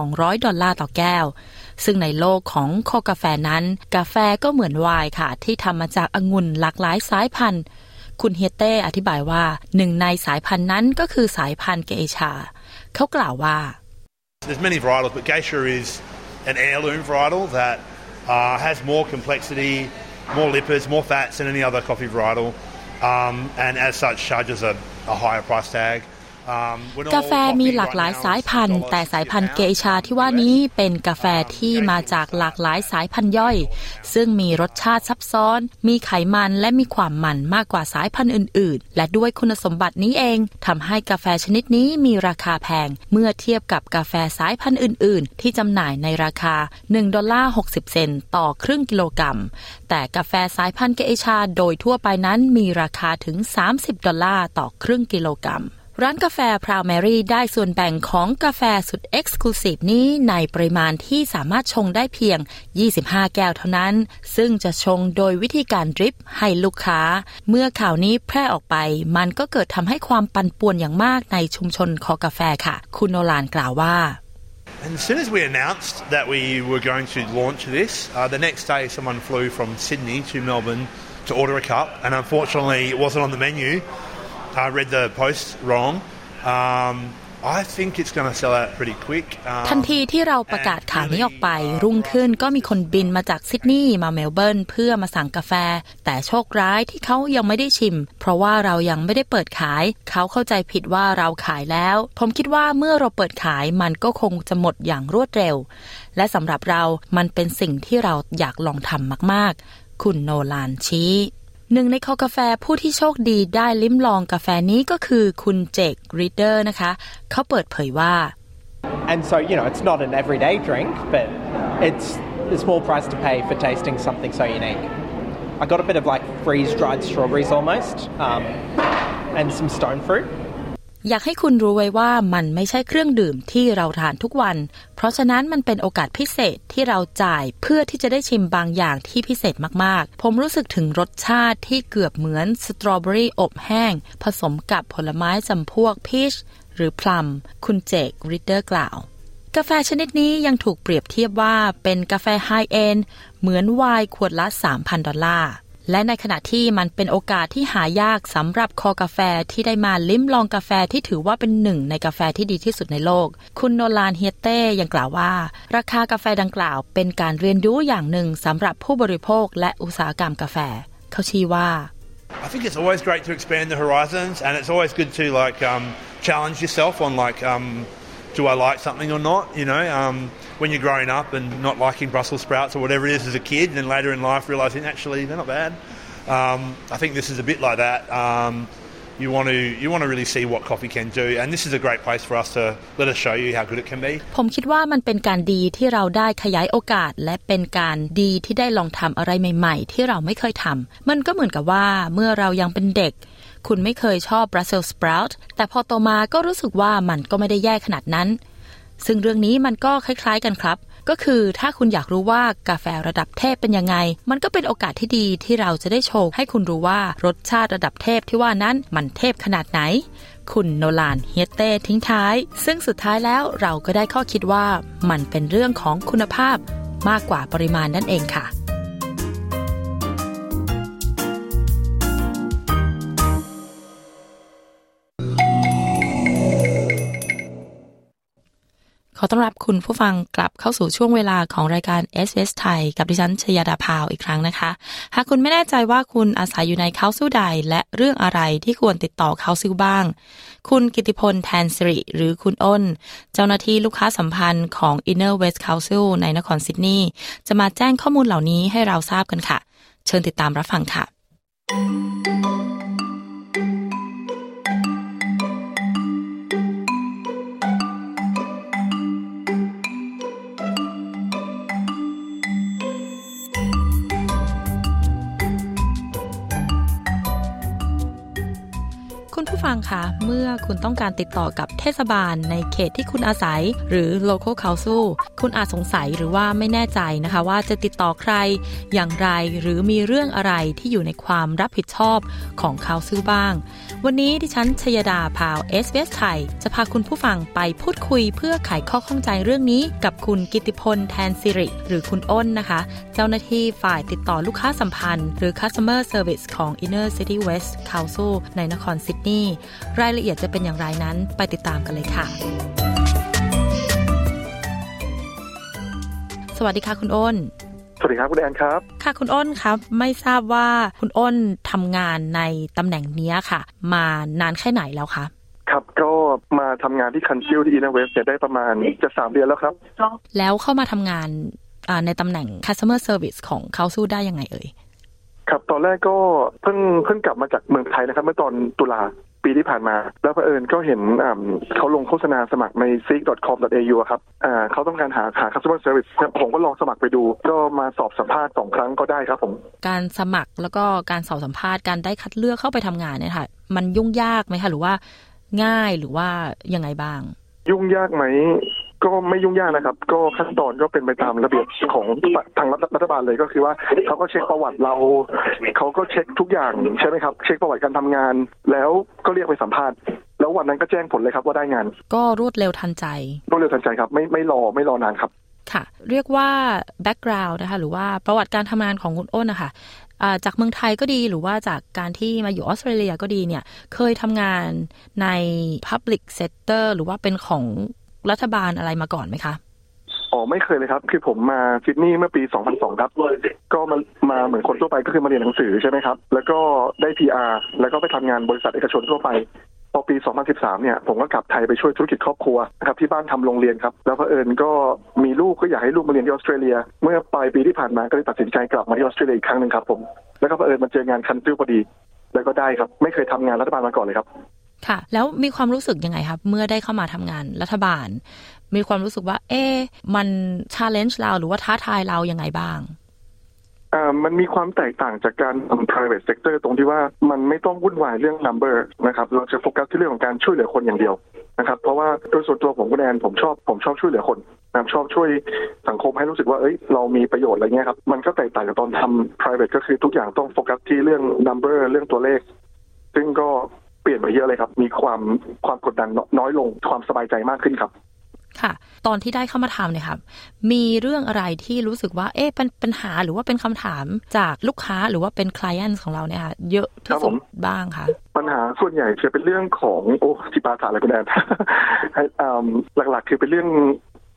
$200ต่อแก้วซึ่งในโลกของคอกาแฟนั้นกาแฟก็เหมือนไวน์ค่ะที่ทำมาจากองุ่นหลากหลายสายพันธุ์คุณเฮเต้อธิบายว่าหนึ่งในสายพันธุ์นั้นก็คือสายพันธุ์เกอิชาเขากล่าวว่า There's many varietals but Geisha is an heirloom varietal that has more complexity, more lipids, more fats than any other coffee varietal and as such charges a higher price tag กาแฟมีหลากหลายสายพันธุ์แต่สายพันธุ์เกอิชาที่ว่านี้เป็นกาแฟที่มาจากหลากหลายสายพันธุ์ย่อยซึ่งมีรสชาติซับซ้อนมีไขมันและมีความมันมากกว่าสายพันธุ์อื่นๆและด้วยคุณสมบัตินี้เองทำให้กาแฟชนิดนี้มีราคาแพงเมื่อเทียบกับกาแฟสายพันธุ์อื่นๆที่จำหน่ายในราคา$1.60ต่อครึ่งกิโลกรัมแต่กาแฟสายพันธุ์เกอิชาโดยทั่วไปนั้นมีราคาถึง$30ต่อครึ่งกิโลกรัมร้านกาแฟพราวแมรี่ได้ส่วนแบ่งของกาแฟสุดเอ็กซ์คลูซีฟนี้ในปริมาณที่สามารถชงได้เพียง25แก้วเท่านั้นซึ่งจะชงโดยวิธีการดริปให้ลูกค้าเมื่อข่าวนี้แพร่ออกไปมันก็เกิดทำให้ความปั่นป่วนอย่างมากในชุมชนคอกาแฟค่ะคุณโนลานกล่าวว่า And as soon as we announced that we were going to launch this, the next day someone flew from Sydney to Melbourne to order a cup and unfortunately it wasn't on the menu.I read the post wrong. I think it's going to sell out pretty quick. ทันทีที่เราประกาศข่าวนี้ออกไปรุ่งขึ้นก็มีคนบินมาจากซิดนีย์มาเมลเบิร์นเพื่อมาสั่งกาแฟแต่โชคร้ายที่เขายังไม่ได้ชิมเพราะว่าเรายังไม่ได้เปิดขายเขาเข้าใจผิดว่าเราขายแล้วผมคิดว่าเมื่อเราเปิดขายมันก็คงจะหมดอย่างรวดเร็วและสำหรับเรามันเป็นสิ่งที่เราอยากลองทำมากๆคุณโนลานชี้หนึ่งในคอกาแฟผู้ที่โชคดีได้ลิ้มลองกาแฟนี้ก็คือคุณเจครีเดอร์นะคะเขาเปิดเผยว่า And so it's not an everyday drink but it's a small price to pay for tasting something so unique. I got a bit of like freeze-dried strawberries almost and some stone fruit. อยากให้คุณรู้ไว้ว่ามันไม่ใช่เครื่องดื่มที่เราทานทุกวันเพราะฉะนั้นมันเป็นโอกาสพิเศษที่เราจ่ายเพื่อที่จะได้ชิมบางอย่างที่พิเศษมากๆผมรู้สึกถึงรสชาติที่เกือบเหมือนสตรอเบอรี่อบแห้งผสมกับผลไม้จำพวกพีชหรือพลัมคุณเจคริดเดอร์กล่าวกาแฟชนิดนี้ยังถูกเปรียบเทียบว่าเป็นกาแฟไฮเอนด์เหมือนไวน์ขวดละ$3,000และในขณะที่มันเป็นโอกาสที่หายากสำหรับคอกาแฟที่ได้มาลิ้มลองกาแฟที่ถือว่าเป็นหนึ่งในกาแฟที่ดีที่สุดในโลกคุณโนลานเฮียเต้ยังกล่าวว่าราคากาแฟดังกล่าวเป็นการเรียนรู้อย่างหนึ่งสำหรับผู้บริโภคและอุตสาหกรรมกาแฟเขาชี้ว่า I think it's always great to expand the horizons, and it's always good to like challenge yourself on like do I like something or not, you know, when you're growing up and not liking Brussels sprouts or whatever it is as a kid, and then later in life realising actually they're not bad. I think this is a bit like that. You want to really see what coffee can do, and this is a great place for us to let us show you how good it can be. ผมคิดว่ามันเป็นการดีที่เราได้ขยายโอกาสและเป็นการดีที่ได้ลองทำอะไรใหม่ๆที่เราไม่เคยทำมันก็เหมือนกับว่าเมื่อเรายังเป็นเด็กคุณไม่เคยชอบ Brussels sprout แต่พอโตมาก็รู้สึกว่ามันก็ไม่ได้แย่ขนาดนั้นซึ่งเรื่องนี้มันก็คล้ายๆกันครับก็คือถ้าคุณอยากรู้ว่ากาแฟระดับเทพเป็นยังไงมันก็เป็นโอกาสที่ดีที่เราจะได้โชว์ให้คุณรู้ว่ารสชาติระดับเทพที่ว่านั้นมันเทพขนาดไหนคุณโนลานเฮียเต้ทิ้งท้ายซึ่งสุดท้ายแล้วเราก็ได้ข้อคิดว่ามันเป็นเรื่องของคุณภาพมากกว่าปริมาณนั่นเองค่ะขอต้อนรับคุณผู้ฟังกลับเข้าสู่ช่วงเวลาของรายการ SBS ไทยกับดิฉันชยดาภาวอีกครั้งนะคะหากคุณไม่แน่ใจว่าคุณอาศัยอยู่ในเค้าซิลใดและเรื่องอะไรที่ควรติดต่อเค้าซิลบ้างคุณกิติพลแทนสิริหรือคุณอ้นเจ้าหน้าที่ลูกค้าสัมพันธ์ของ Inner West Council ในนครซิดนีย์จะมาแจ้งข้อมูลเหล่านี้ให้เราทราบกันค่ะเชิญติดตามรับฟังค่ะคุณผู้ฟังคะเมื่อคุณต้องการติดต่อกับเทศบาลในเขตที่คุณอาศัยหรือ local council คุณอาจสงสัยหรือว่าไม่แน่ใจนะคะว่าจะติดต่อใครอย่างไรหรือมีเรื่องอะไรที่อยู่ในความรับผิดชอบของ council บ้างวันนี้ดิฉันชยดาภาว SBS ไทยจะพาคุณผู้ฟังไปพูดคุยเพื่อไขข้อข้องใจเรื่องนี้กับคุณกิติพลแทนสิริหรือคุณอ้นนะคะเจ้าหน้าที่ฝ่ายติดต่อลูกค้าสัมพันธ์หรือ customer service ของ Inner City West Council ในนครซิดนีย์รายละเอียดจะเป็นอย่างไรนั้นไปติดตามกันเลยค่ะสวัสดีค่ะคุณอ้นสวัสดีครับคุณแอนครับค่ะคุณอ้นครับไม่ทราบว่าคุณอ้นทำงานในตำแหน่งนี้ค่ะมานานแค่ไหนแล้วคะครับก็มาทำงานที่คันซิลที่ Inner West ได้ประมาณจะ3เดือนแล้วครับแล้วเข้ามาทำงานในตำแหน่ง Customer Service ของ Council ได้ยังไงเอ่ยครับตอนแรกก็เพิ่งกลับมาจากเมืองไทยนะครับเมื่อตอนตุลาปีที่ผ่านมาแล้วเผอิญก็เห็นเขาลงโฆษณาสมัครใน seek.com.au ครับเขาต้องการหา customer service ผมก็ลองสมัครไปดูก็มาสอบสัมภาษณ์2ครั้งก็ได้ครับผมการสมัครแล้วก็การสอบสัมภาษณ์การได้คัดเลือกเข้าไปทำงานเนี่ยค่ะมันยุ่งยากไหมคะหรือว่าง่ายหรือว่ายังไงบ้างยุ่งยากไหมก็ไม่ยุ่งยากนะครับก็ขั้นตอนก็เป็นไปตามระเบียบของทางรัฐบาลเลยก็คือว่าเขาก็เช็คประวัติเราเขาก็เช็คทุกอย่างใช่ไหมครับเช็คประวัติการทำงานแล้วก็เรียกไปสัมภาษณ์แล้ววันนั้นก็แจ้งผลเลยครับว่าได้งานก็รวดเร็วทันใจครับไม่รอนานครับค่ะเรียกว่าแบ็คกราวด์นะคะหรือว่าประวัติการทำงานของคุณอ้นนะคะจากเมืองไทยก็ดีหรือว่าจากการที่มาอยู่ออสเตรเลียก็ดีเนี่ยเคยทำงานใน Public Sector หรือว่าเป็นของรัฐบาลอะไรมาก่อนไหมคะไม่เคยเลยครับคือผมมาซิดนีย์เมื่อปี 2002 ครับก็มาเหมือนคนทั่วไปก็คือมาเรียนหนังสือใช่ไหมครับแล้วก็ได้ PR แล้วก็ไปทำงานบริษัทเอกชนทั่วไปพอปี 2013 เนี่ยผมก็กลับไทยไปช่วยธุรกิจครอบครัวนะครับที่บ้านทำโรงเรียนครับแล้วเผอิญก็มีลูกก็อยากให้ลูกมาเรียนที่ออสเตรเลียเมื่อปลายปีที่ผ่านมาก็เลยตัดสินใจกลับมาที่ออสเตรเลียอีกครั้งนึงครับผมแล้วก็เผอิญมาเจองานคันซิลพอดีแล้วก็ได้ครับไม่เคยทำงานรัฐบาลมาก่อนเลยครับค่ะแล้วมีความรู้สึกยังไงครับเมื่อได้เข้ามาทำงานรัฐบาลมีความรู้สึกว่ามัน challenge เราหรือว่าท้าทายเรายังไงบ้างมันมีความแตกต่างจากการทำ private sector ตรงที่ว่ามันไม่ต้องวุ่นวายเรื่อง number นะครับเราจะโฟกัสที่เรื่องของการช่วยเหลือคนอย่างเดียวนะครับเพราะว่าโดยส่วนตัวผมคุณแอนผมชอบช่วยเหลือคนนะชอบช่วยสังคมให้รู้สึกว่าเรามีประโยชน์อะไรเงี้ยครับมันก็แตกต่างกับตอนทำ private ก็คือทุกอย่างต้องโฟกัสที่เรื่อง number เรื่องตัวเลขซึ่งก็เปลี่ยนไปเยอะเลยครับมีความกดดันน้อยลงความสบายใจมากขึ้นครับค่ะตอนที่ได้เข้ามาทำเนี่ยครับมีเรื่องอะไรที่รู้สึกว่าเป็นปัญหาหรือว่าเป็นคำถามจากลูกค้าหรือว่าเป็น client ของเราเนี่ยค่ะเยอะที่สุดบ้างคะปัญหาส่วนใหญ่จะเป็นเรื่องของจิปาถะอะไรคุณแอนหลักๆคือเป็นเรื่อง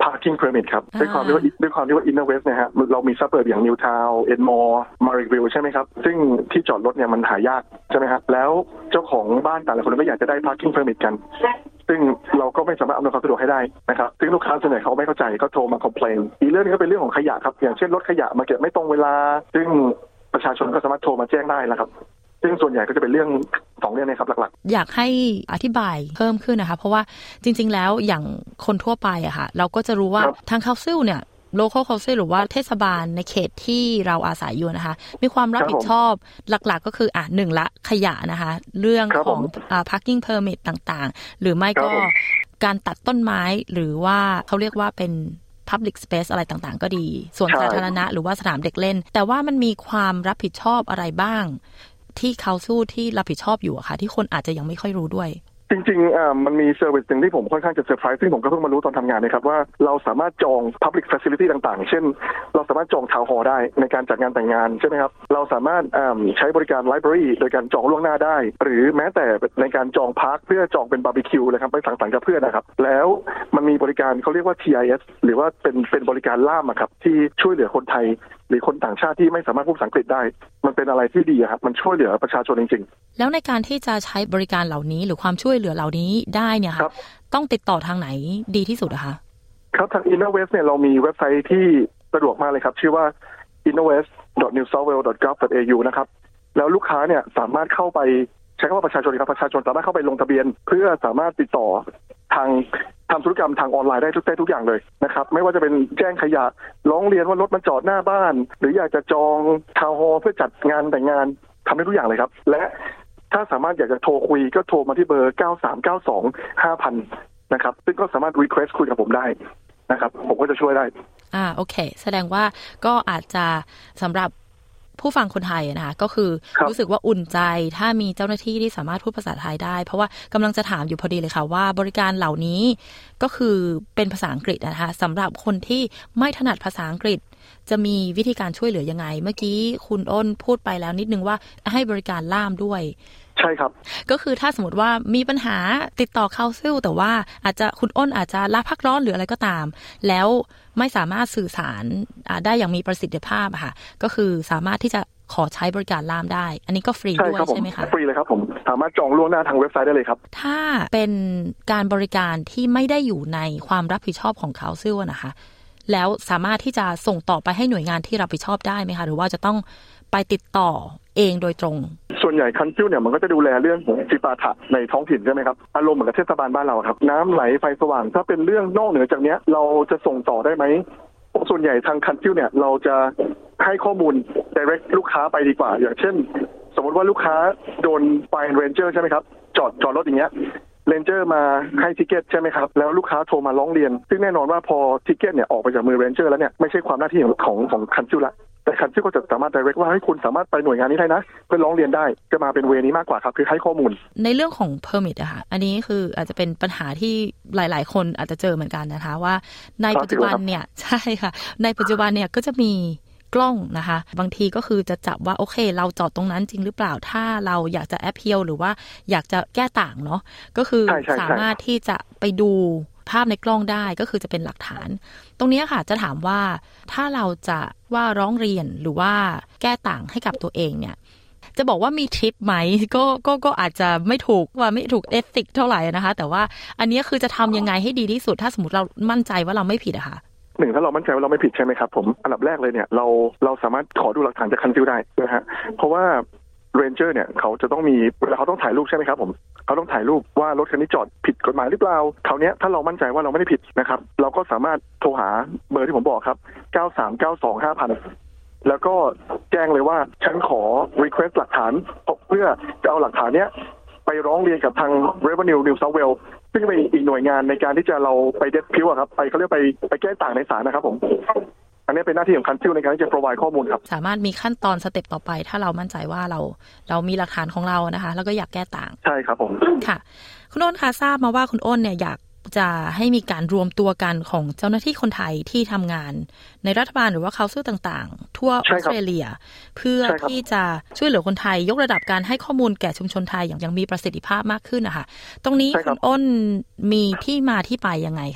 parking permit ครับด้วยความที่ว่า Inner West เนี่ยฮะเรามีซับเบิร์บอย่าง Newtown Enmore Marrickville ใช่ไหมครับซึ่งที่จอดรถเนี่ยมันหายากใช่ไหมครับแล้วเจ้าของบ้านแต่ละคนก็อยากจะได้ parking permit กันซึ่งเราก็ไม่สามารถอำนวยความสะดวกให้ได้นะครับซึ่งลูกค้าส่วนใหญ่เขาไม่เข้าใจก็โทรมาคอมเพลนอีกเรื่องนึงก็เป็นเรื่องของขยะครับอย่างเช่นรถขยะมาเก็บไม่ตรงเวลาซึ่งประชาชนก็สามารถโทรมาแจ้งได้นะครับซึ่งส่วนใหญ่ก็จะเป็นเรื่อง2เรื่องนี้ครับหลักๆอยากให้อธิบายเพิ่มขึ้นนะคะเพราะว่าจริงๆแล้วอย่างคนทั่วไปอะค่ะเราก็จะรู้ว่าทาง Council เนี่ย Local Council หรือว่าเทศบาลในเขตที่เราอาศัยอยู่นะคะมีความรับผิดชอบหลักๆก็คือ1ละขยะนะคะเรื่องของ parking permit ต่างๆหรือไม่ก็การตัดต้นไม้หรือว่าเขาเรียกว่าเป็นpublic space อะไรต่างๆก็ดีส่วนสาธารณะหรือว่าสนามเด็กเล่นแต่ว่ามันมีความรับผิดชอบอะไรบ้างที่เขาสู้ที่รับผิดชอบอยู่อะค่ะที่คนอาจจะยังไม่ค่อยรู้ด้วยจริงๆมันมีเซอร์วิสนึงที่ผมค่อนข้างจะเซอร์ไพรส์ซึ่งผมก็เพิ่งมารู้ตอนทำงานนะครับว่าเราสามารถจอง public facility ต่างๆเช่นเราสามารถจองทาวน์ฮอลล์ได้ในการจัดงานแต่งงานใช่ไหมครับเราสามารถใช้บริการ library โดยการจองล่วงหน้าได้หรือแม้แต่ในการจองพาร์คเพื่อจองเป็นบาร์บีคิวเลยครับไปสังสรรค์กับเพื่อนนะครับแล้วมันมีบริการเขาเรียกว่า TIS หรือว่าเป็นบริการล่ามอะครับที่ช่วยเหลือคนไทยหรือคนต่างชาติที่ไม่สามารถพูดภาษาอังกฤษได้มันเป็นอะไรที่ดีครับมันช่วยเหลือประชาชนจริงๆแล้วในการที่จะใช้บริการเหล่านี้หรือความช่วยเหลือเหล่านี้ได้เนี่ยค่ะต้องติดต่อทางไหนดีที่สุดอะคะครับทาง Inner West เนี่ยเรามีเว็บไซต์ที่สะดวกมากเลยครับชื่อว่า innerwest.newsouthwales.gov.au นะครับแล้วลูกค้าเนี่ยสามารถเข้าไปใช้คำว่าประชาชนครับประชาชนสามารถเข้าไปลงทะเบียนเพื่อสามารถติดต่อทางทำธุรกรรมทางออนไลน์ได้ทุกอย่างเลยนะครับไม่ว่าจะเป็นแจ้งขยะร้องเรียนว่ารถมันจอดหน้าบ้านหรืออยากจะจองทาวน์ฮอลล์เพื่อจัดงานแต่งงานทำได้ทุกอย่างเลยครับและถ้าสามารถอยากจะโทรคุยก็โทรมาที่เบอร์93925000นะครับซึ่งก็สามารถ request คุยกับผมได้นะครับผมก็จะช่วยได้โอเคแสดงว่าก็อาจจะสำหรับผู้ฟังคนไทยนะคะก็คือรู้สึกว่าอุ่นใจถ้ามีเจ้าหน้าที่ที่สามารถพูดภาษาไทยได้เพราะว่ากำลังจะถามอยู่พอดีเลยค่ะว่าบริการเหล่านี้ก็คือเป็นภาษาอังกฤษนะคะสำหรับคนที่ไม่ถนัดภาษาอังกฤษจะมีวิธีการช่วยเหลือยังไงเมื่อกี้คุณอ้นพูดไปแล้วนิดนึงว่าให้บริการล่ามด้วยใช่ครับก็คือถ้าสมมติว่ามีปัญหาติดต่อCouncilแต่ว่าอาจจะคุณอ้นอาจจะลาพักร้อนหรืออะไรก็ตามแล้วไม่สามารถสื่อสารได้อย่างมีประสิทธิภาพค่ะก็คือสามารถที่จะขอใช้บริการล่ามได้อันนี้ก็ฟรีด้วยใช่ไหมคะฟรีเลยครับผมสามารถจองล่วงหน้าทางเว็บไซต์ได้เลยครับถ้าเป็นการบริการที่ไม่ได้อยู่ในความรับผิดชอบของCouncilนะคะแล้วสามารถที่จะส่งต่อไปให้หน่วยงานที่รับผิดชอบได้ไหมคะหรือว่าจะต้องไปติดต่อเองโดยตรงส่วนใหญ่คันซิลเนี่ยมันก็จะดูแลเรื่องของจิปาถะในท้องถิ่นใช่ไหมครับอารมณ์เหมือนกับเทศบาลบ้านเราครับน้ำไหลไฟสว่างถ้าเป็นเรื่องนอกเหนือจากนี้เราจะส่งต่อได้ไหมส่วนใหญ่ทางคันซิลเนี่ยเราจะให้ข้อมูล direct ลูกค้าไปดีกว่าอย่างเช่นสมมติว่าลูกค้าโดนไฟเรนเจอร์ใช่ไหมครับจอดรถอย่างเงี้ยเรนเจอร์มาให้ทิเก็ตใช่ไหมครับแล้วลูกค้าโทรมาร้องเรียนซึ่งแน่นอนว่าพอทิเก็ตเนี่ยออกไปจากมือเรนเจอร์แล้วเนี่ยไม่ใช่ความหน้าที่ของคันซิลละแต่คันซิลก็จะสามารถ direct ว่าให้คุณสามารถไปหน่วยงานนี้ได้นะเพื่อร้องเรียนได้จะมาเป็นเวนี้มากกว่าครับคือให้ข้อมูลในเรื่องของ permit อะค่ะอันนี้คืออาจจะเป็นปัญหาที่หลายๆคนอาจจะเจอเหมือนกันนะคะว่าในปัจจุบันเนี่ยใช่ค่ะในปัจจุบันเนี่ยก็จะมีกล้องนะคะบางทีก็คือจะจับว่าโอเคเราจอดตรงนั้นจริงหรือเปล่าถ้าเราอยากจะแอปเพียลหรือว่าอยากจะแก้ต่างเนาะก็คือสามารถที่จะไปดูภาพในกล้องได้ก็คือจะเป็นหลักฐานตรงนี้ค่ะจะถามว่าถ้าเราจะว่าร้องเรียนหรือว่าแก้ต่างให้กับตัวเองเนี่ยจะบอกว่ามีทริปไหมก็อาจจะไม่ถูกเอธิกเท่าไหร่นะคะแต่ว่าอันนี้คือจะทำยังไงให้ดีที่สุดถ้าสมมติเรามั่นใจว่าเราไม่ผิดอะค่ะถ้าเรามั่นใจว่าเราไม่ผิดใช่ไหมครับผมอันดับแรกเลยเนี่ยเราสามารถขอดูหลักฐานจากคันซิลได้นะฮะเพราะว่าเรนเจอร์เนี่ยเขาจะต้องมีเวลาเขาต้องถ่ายรูปใช่ไหมครับผมเขาต้องถ่ายรูปว่ารถคันนี้จอดผิดกฎหมายหรือเปล่าคราวนี้ถ้าเรามั่นใจว่าเราไม่ได้ผิดนะครับเราก็สามารถโทรหาเบอร์ที่ผมบอกครับ93925000แล้วก็แจ้งเลยว่าฉันขอ request หลักฐานเพื่อจะเอาหลักฐานเนี้ยไปร้องเรียนกับทาง Revenue New South Wales ซึ่งเป็นอีกหน่วยงานในการที่จะเราไปเดสพิวอะครับเขาเรียกไปแก้ต่างในศาลนะครับผมอันนี้เป็นหน้าที่ของคันซิลในการที่จะ provide ข้อมูลครับสามารถมีขั้นตอนสเต็ปต่อไปถ้าเรามั่นใจว่าเรามีหลักฐานของเรานะคะแล้วก็อยากแก้ต่างใช่ครับผมค่ะคุณอ้นคะทราบมาว่าคุณอ้นเนี่ยอยากจะให้มีการรวมตัวกันของเจ้าหน้าที่คนไทยที่ทำงานในรัฐบาลหรือว่าCouncilต่างๆทั่วออสเตรเลียเพื่อที่จะช่วยเหลือคนไทยยกระดับการให้ข้อมูลแก่ชุมชนไทยอย่างมีประสิทธิภาพมากขึ้นนะคะตรงนี้คุณอ้นมีที่มาที่ไปยังไงคะ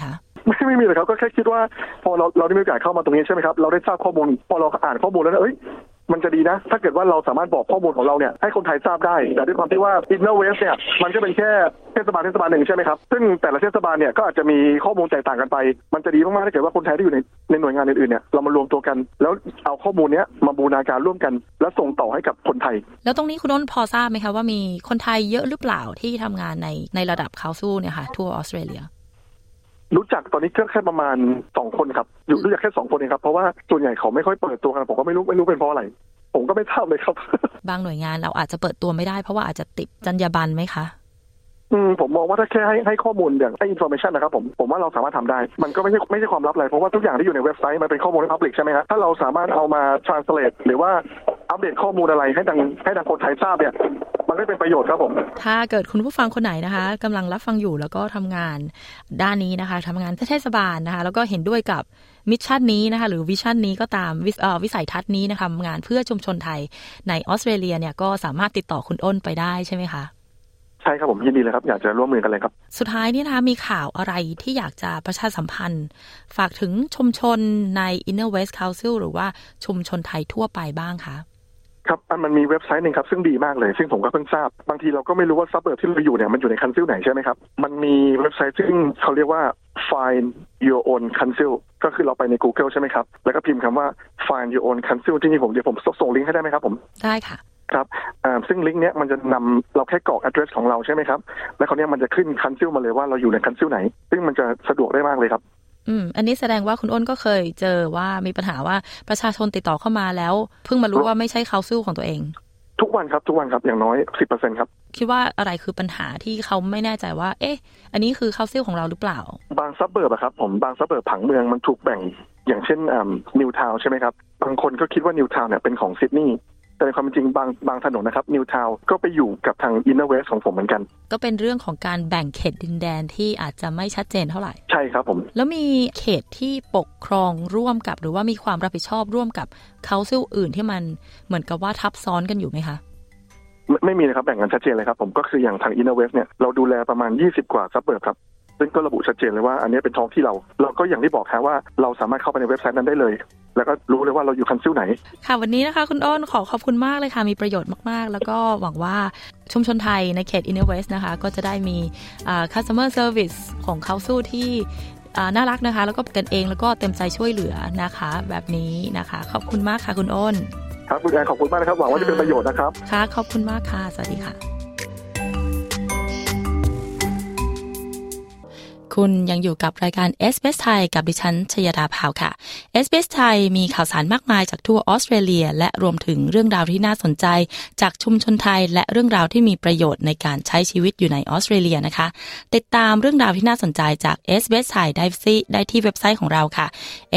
ไม่มีเลยครับก็แค่คิดว่าพอเราได้มีโอกาสเข้ามาตรงนี้ใช่ไหมครับเราได้ทราบข้อมูลพอเราอ่านข้อมูลแล้วมันจะดีนะถ้าเกิดว่าเราสามารถบอกข้อมูลของเราเนี่ยให้คนไทยทราบได้แต่ด้วยความที่ว่า Inner West เนี่ยมันก็เป็นแค่เทศบาลหนึ่งใช่ไหมครับซึ่งแต่ละเทศบาลเนี่ยก็อาจจะมีข้อมูลแตกต่างกันไปมันจะดีมากๆถ้าเกิดว่าคนไทยที่อยู่ในหน่วยงานอื่นๆเนี่ยเรามารวมตัวกันแล้วเอาข้อมูลเนี้ยมาบูรณาการร่วมกันแล้วส่งต่อให้กับคนไทยแล้วตรงนี้คุณอ้นพอทราบไหมคะว่ามีคนไทยเยอะหรือเปล่าที่ทำงานในระดับคาวซูเนี่ยค่ะทั่วออสเตรเลียรู้จักตอนนี้แค่ประมาณ2คนครับรู้จักแค่2คนเองครับเพราะว่าส่วนใหญ่เขาไม่ค่อยเปิดตัวกันผมก็ไม่รู้เป็นเพราะอะไรผมก็ไม่ทราบเลยครับบางหน่วยงานเราอาจจะเปิดตัวไม่ได้เพราะว่าอาจจะติดจรรยาบรรณไหมคะผมมองว่าถ้าแค่ให้ข้อมูลอย่างให้ information นะครับผมว่าเราสามารถทำได้มันก็ไม่ใช่ความลับอะไรเพราะว่าทุกอย่างที่อยู่ในเว็บไซต์มันเป็นข้อมูล public ใช่ไหมครับถ้าเราสามารถเอามา translate หรือว่าอัปเดตข้อมูลอะไรให้ทางคนไทยทราบเนี่ยมันก็เป็นประโยชน์ครับผมถ้าเกิดคุณผู้ฟังคนไหนนะคะกำลังรับฟังอยู่แล้วก็ทำงานด้านนี้นะคะทำงานเทศบาลนะคะแล้วก็เห็นด้วยกับมิชชั่นนี้นะคะหรือวิชั่นนี้ก็ตามวิสัยทัศน์นี้นะคะทำงานเพื่อชุมชนไทยในออสเตรเลียเนี่ยก็สามารถติดต่อคุณอ้นไปได้ใช่ไหมคะใช่ครับผมยินดีเลยครับอยากจะร่วมมือกันเลยครับสุดท้ายนี่นะคะมีข่าวอะไรที่อยากจะประชาสัมพันธ์ฝากถึงชุมชนใน Inner West Council หรือว่าชุมชนไทยทั่วไปบ้างคะครับมันมีเว็บไซต์นึงครับซึ่งดีมากเลยซึ่งผมก็เพิ่งทราบบางทีเราก็ไม่รู้ว่าซับเบิร์บที่เราอยู่เนี่ยมันอยู่ในคันซิลไหนใช่ไหมครับมันมีเว็บไซต์ซึ่งเขาเรียกว่า Find Your Own Council ก็คือเราไปใน Google ใช่ไหมครับแล้วก็พิมพ์คำว่า Find Your Own Council ที่นี่เดี๋ยวผมส่งลิงก์ให้ได้ไหมครับผมได้ค่ะครับซึ่งลิงก์เนี้ยมันจะนำเราแค่กรอก address ของเราใช่ไหมครับแล้วเขาเนี้ยมันจะขึ้นคันซิลมาเลยว่าเราอยู่ในคันซิลไหนซึ่งมันจะสะดวกได้มากเลยครับอันนี้แสดงว่าคุณอ้นก็เคยเจอว่ามีปัญหาว่าประชาชนติดต่อเข้ามาแล้วเพิ่งมารู้ว่าไม่ใช่คันซิลของตัวเองทุกวันครับอย่างน้อย 10% ครับคิดว่าอะไรคือปัญหาที่เขาไม่แน่ใจว่าอันนี้คือคันซิลของเราหรือเปล่าบางซับเบิร์บอะครับผมบางซับเบิร์บผังเมืองมันถูกแบ่งอย่างเช่นนิวทาวน์ใช่ไหมครับบางคนก็คิดว่านิวทาวน์เนี่ยเป็นของซิดนีย์แต่ในความจริงบางถนนนะครับนิวทาวน์ก็ไปอยู่กับทาง Inner West ของผมเหมือนกันก็เป็นเรื่องของการแบ่งเขตดินแดนที่อาจจะไม่ชัดเจนเท่าไหร่ใช่ครับผมแล้วมีเขตที่ปกครองร่วมกับหรือว่ามีความรับผิดชอบร่วมกับเค้าซิลอื่นที่มันเหมือนกับว่าทับซ้อนกันอยู่ไหมคะไม่มีเลยครับแบ่งกันชัดเจนเลยครับผมก็คืออย่างทาง Inner West เนี่ยเราดูแลประมาณ20กว่าซับเบิร์บครับซึ่งก็ระบุชัดเจนเลยว่าอันนี้เป็นท้องที่เราก็อย่างที่บอกครับว่าเราสามารถเข้าไปในเว็บไซต์นั้นได้เลยแล้วก็รู้เลยว่าเราอยู่คันซิลไหนค่ะวันนี้นะคะคุณอ้นขอบคุณมากเลยค่ะมีประโยชน์มากๆแล้วก็หวังว่าชุมชนไทยในเขต Inner West นะคะก็จะได้มีcustomer service ของเขาสู้ที่น่ารักนะคะแล้วก็กันเองแล้วก็เต็มใจช่วยเหลือนะคะแบบนี้นะคะขอบคุณมากค่ะคุณอ้นครับคุณแอนขอบคุณมากนะครับหวังว่าจะเป็นประโยชน์นะครับค่ะขอบคุณมากค่ะสวัสดีค่ะคุณยังอยู่กับรายการ SBS ไทยกับดิฉันชยดาภาวค่ะ SBS ไทยมีข่าวสารมากมายจากทั่วออสเตรเลียและรวมถึงเรื่องราวที่น่าสนใจจากชุมชนไทยและเรื่องราวที่มีประโยชน์ในการใช้ชีวิตอยู่ในออสเตรเลียนะคะติดตามเรื่องราวที่น่าสนใจจาก SBS ไทยได้ที่เว็บไซต์ของเราค่ะ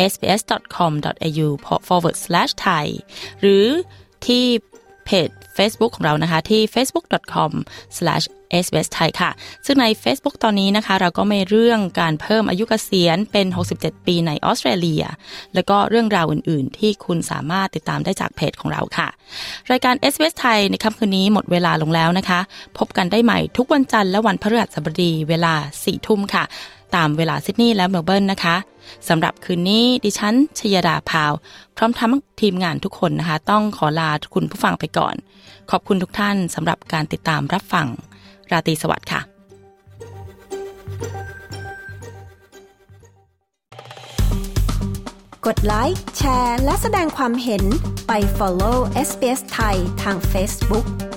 sbs.com.au/thai หรือที่เพจ Facebook ของเรานะคะที่ facebook.com/SBS Thai ค่ะซึ่งใน Facebook ตอนนี้นะคะเราก็มีเรื่องการเพิ่มอายุเกษียณเป็น67ปีในออสเตรเลียแล้วก็เรื่องราวอื่นๆที่คุณสามารถติดตามได้จากเพจของเราค่ะรายการ SBS ไทยในค่ำคืนนี้หมดเวลาลงแล้วนะคะพบกันได้ใหม่ทุกวันจันทร์และวันพฤหัสบดีเวลา 4 ทุ่มค่ะตามเวลาซิดนีย์และเมลเบิร์นนะคะสำหรับคืนนี้ดิฉันชยดาภาวพร้อมทั้งทีมงานทุกคนนะคะต้องขอลาคุณผู้ฟังไปก่อนขอบคุณทุกท่านสำหรับการติดตามรับฟังราตรีสวัสดิ์ค่ะกดไลค์แชร์และแสดงความเห็นไป follow SBS ไทยทาง Facebook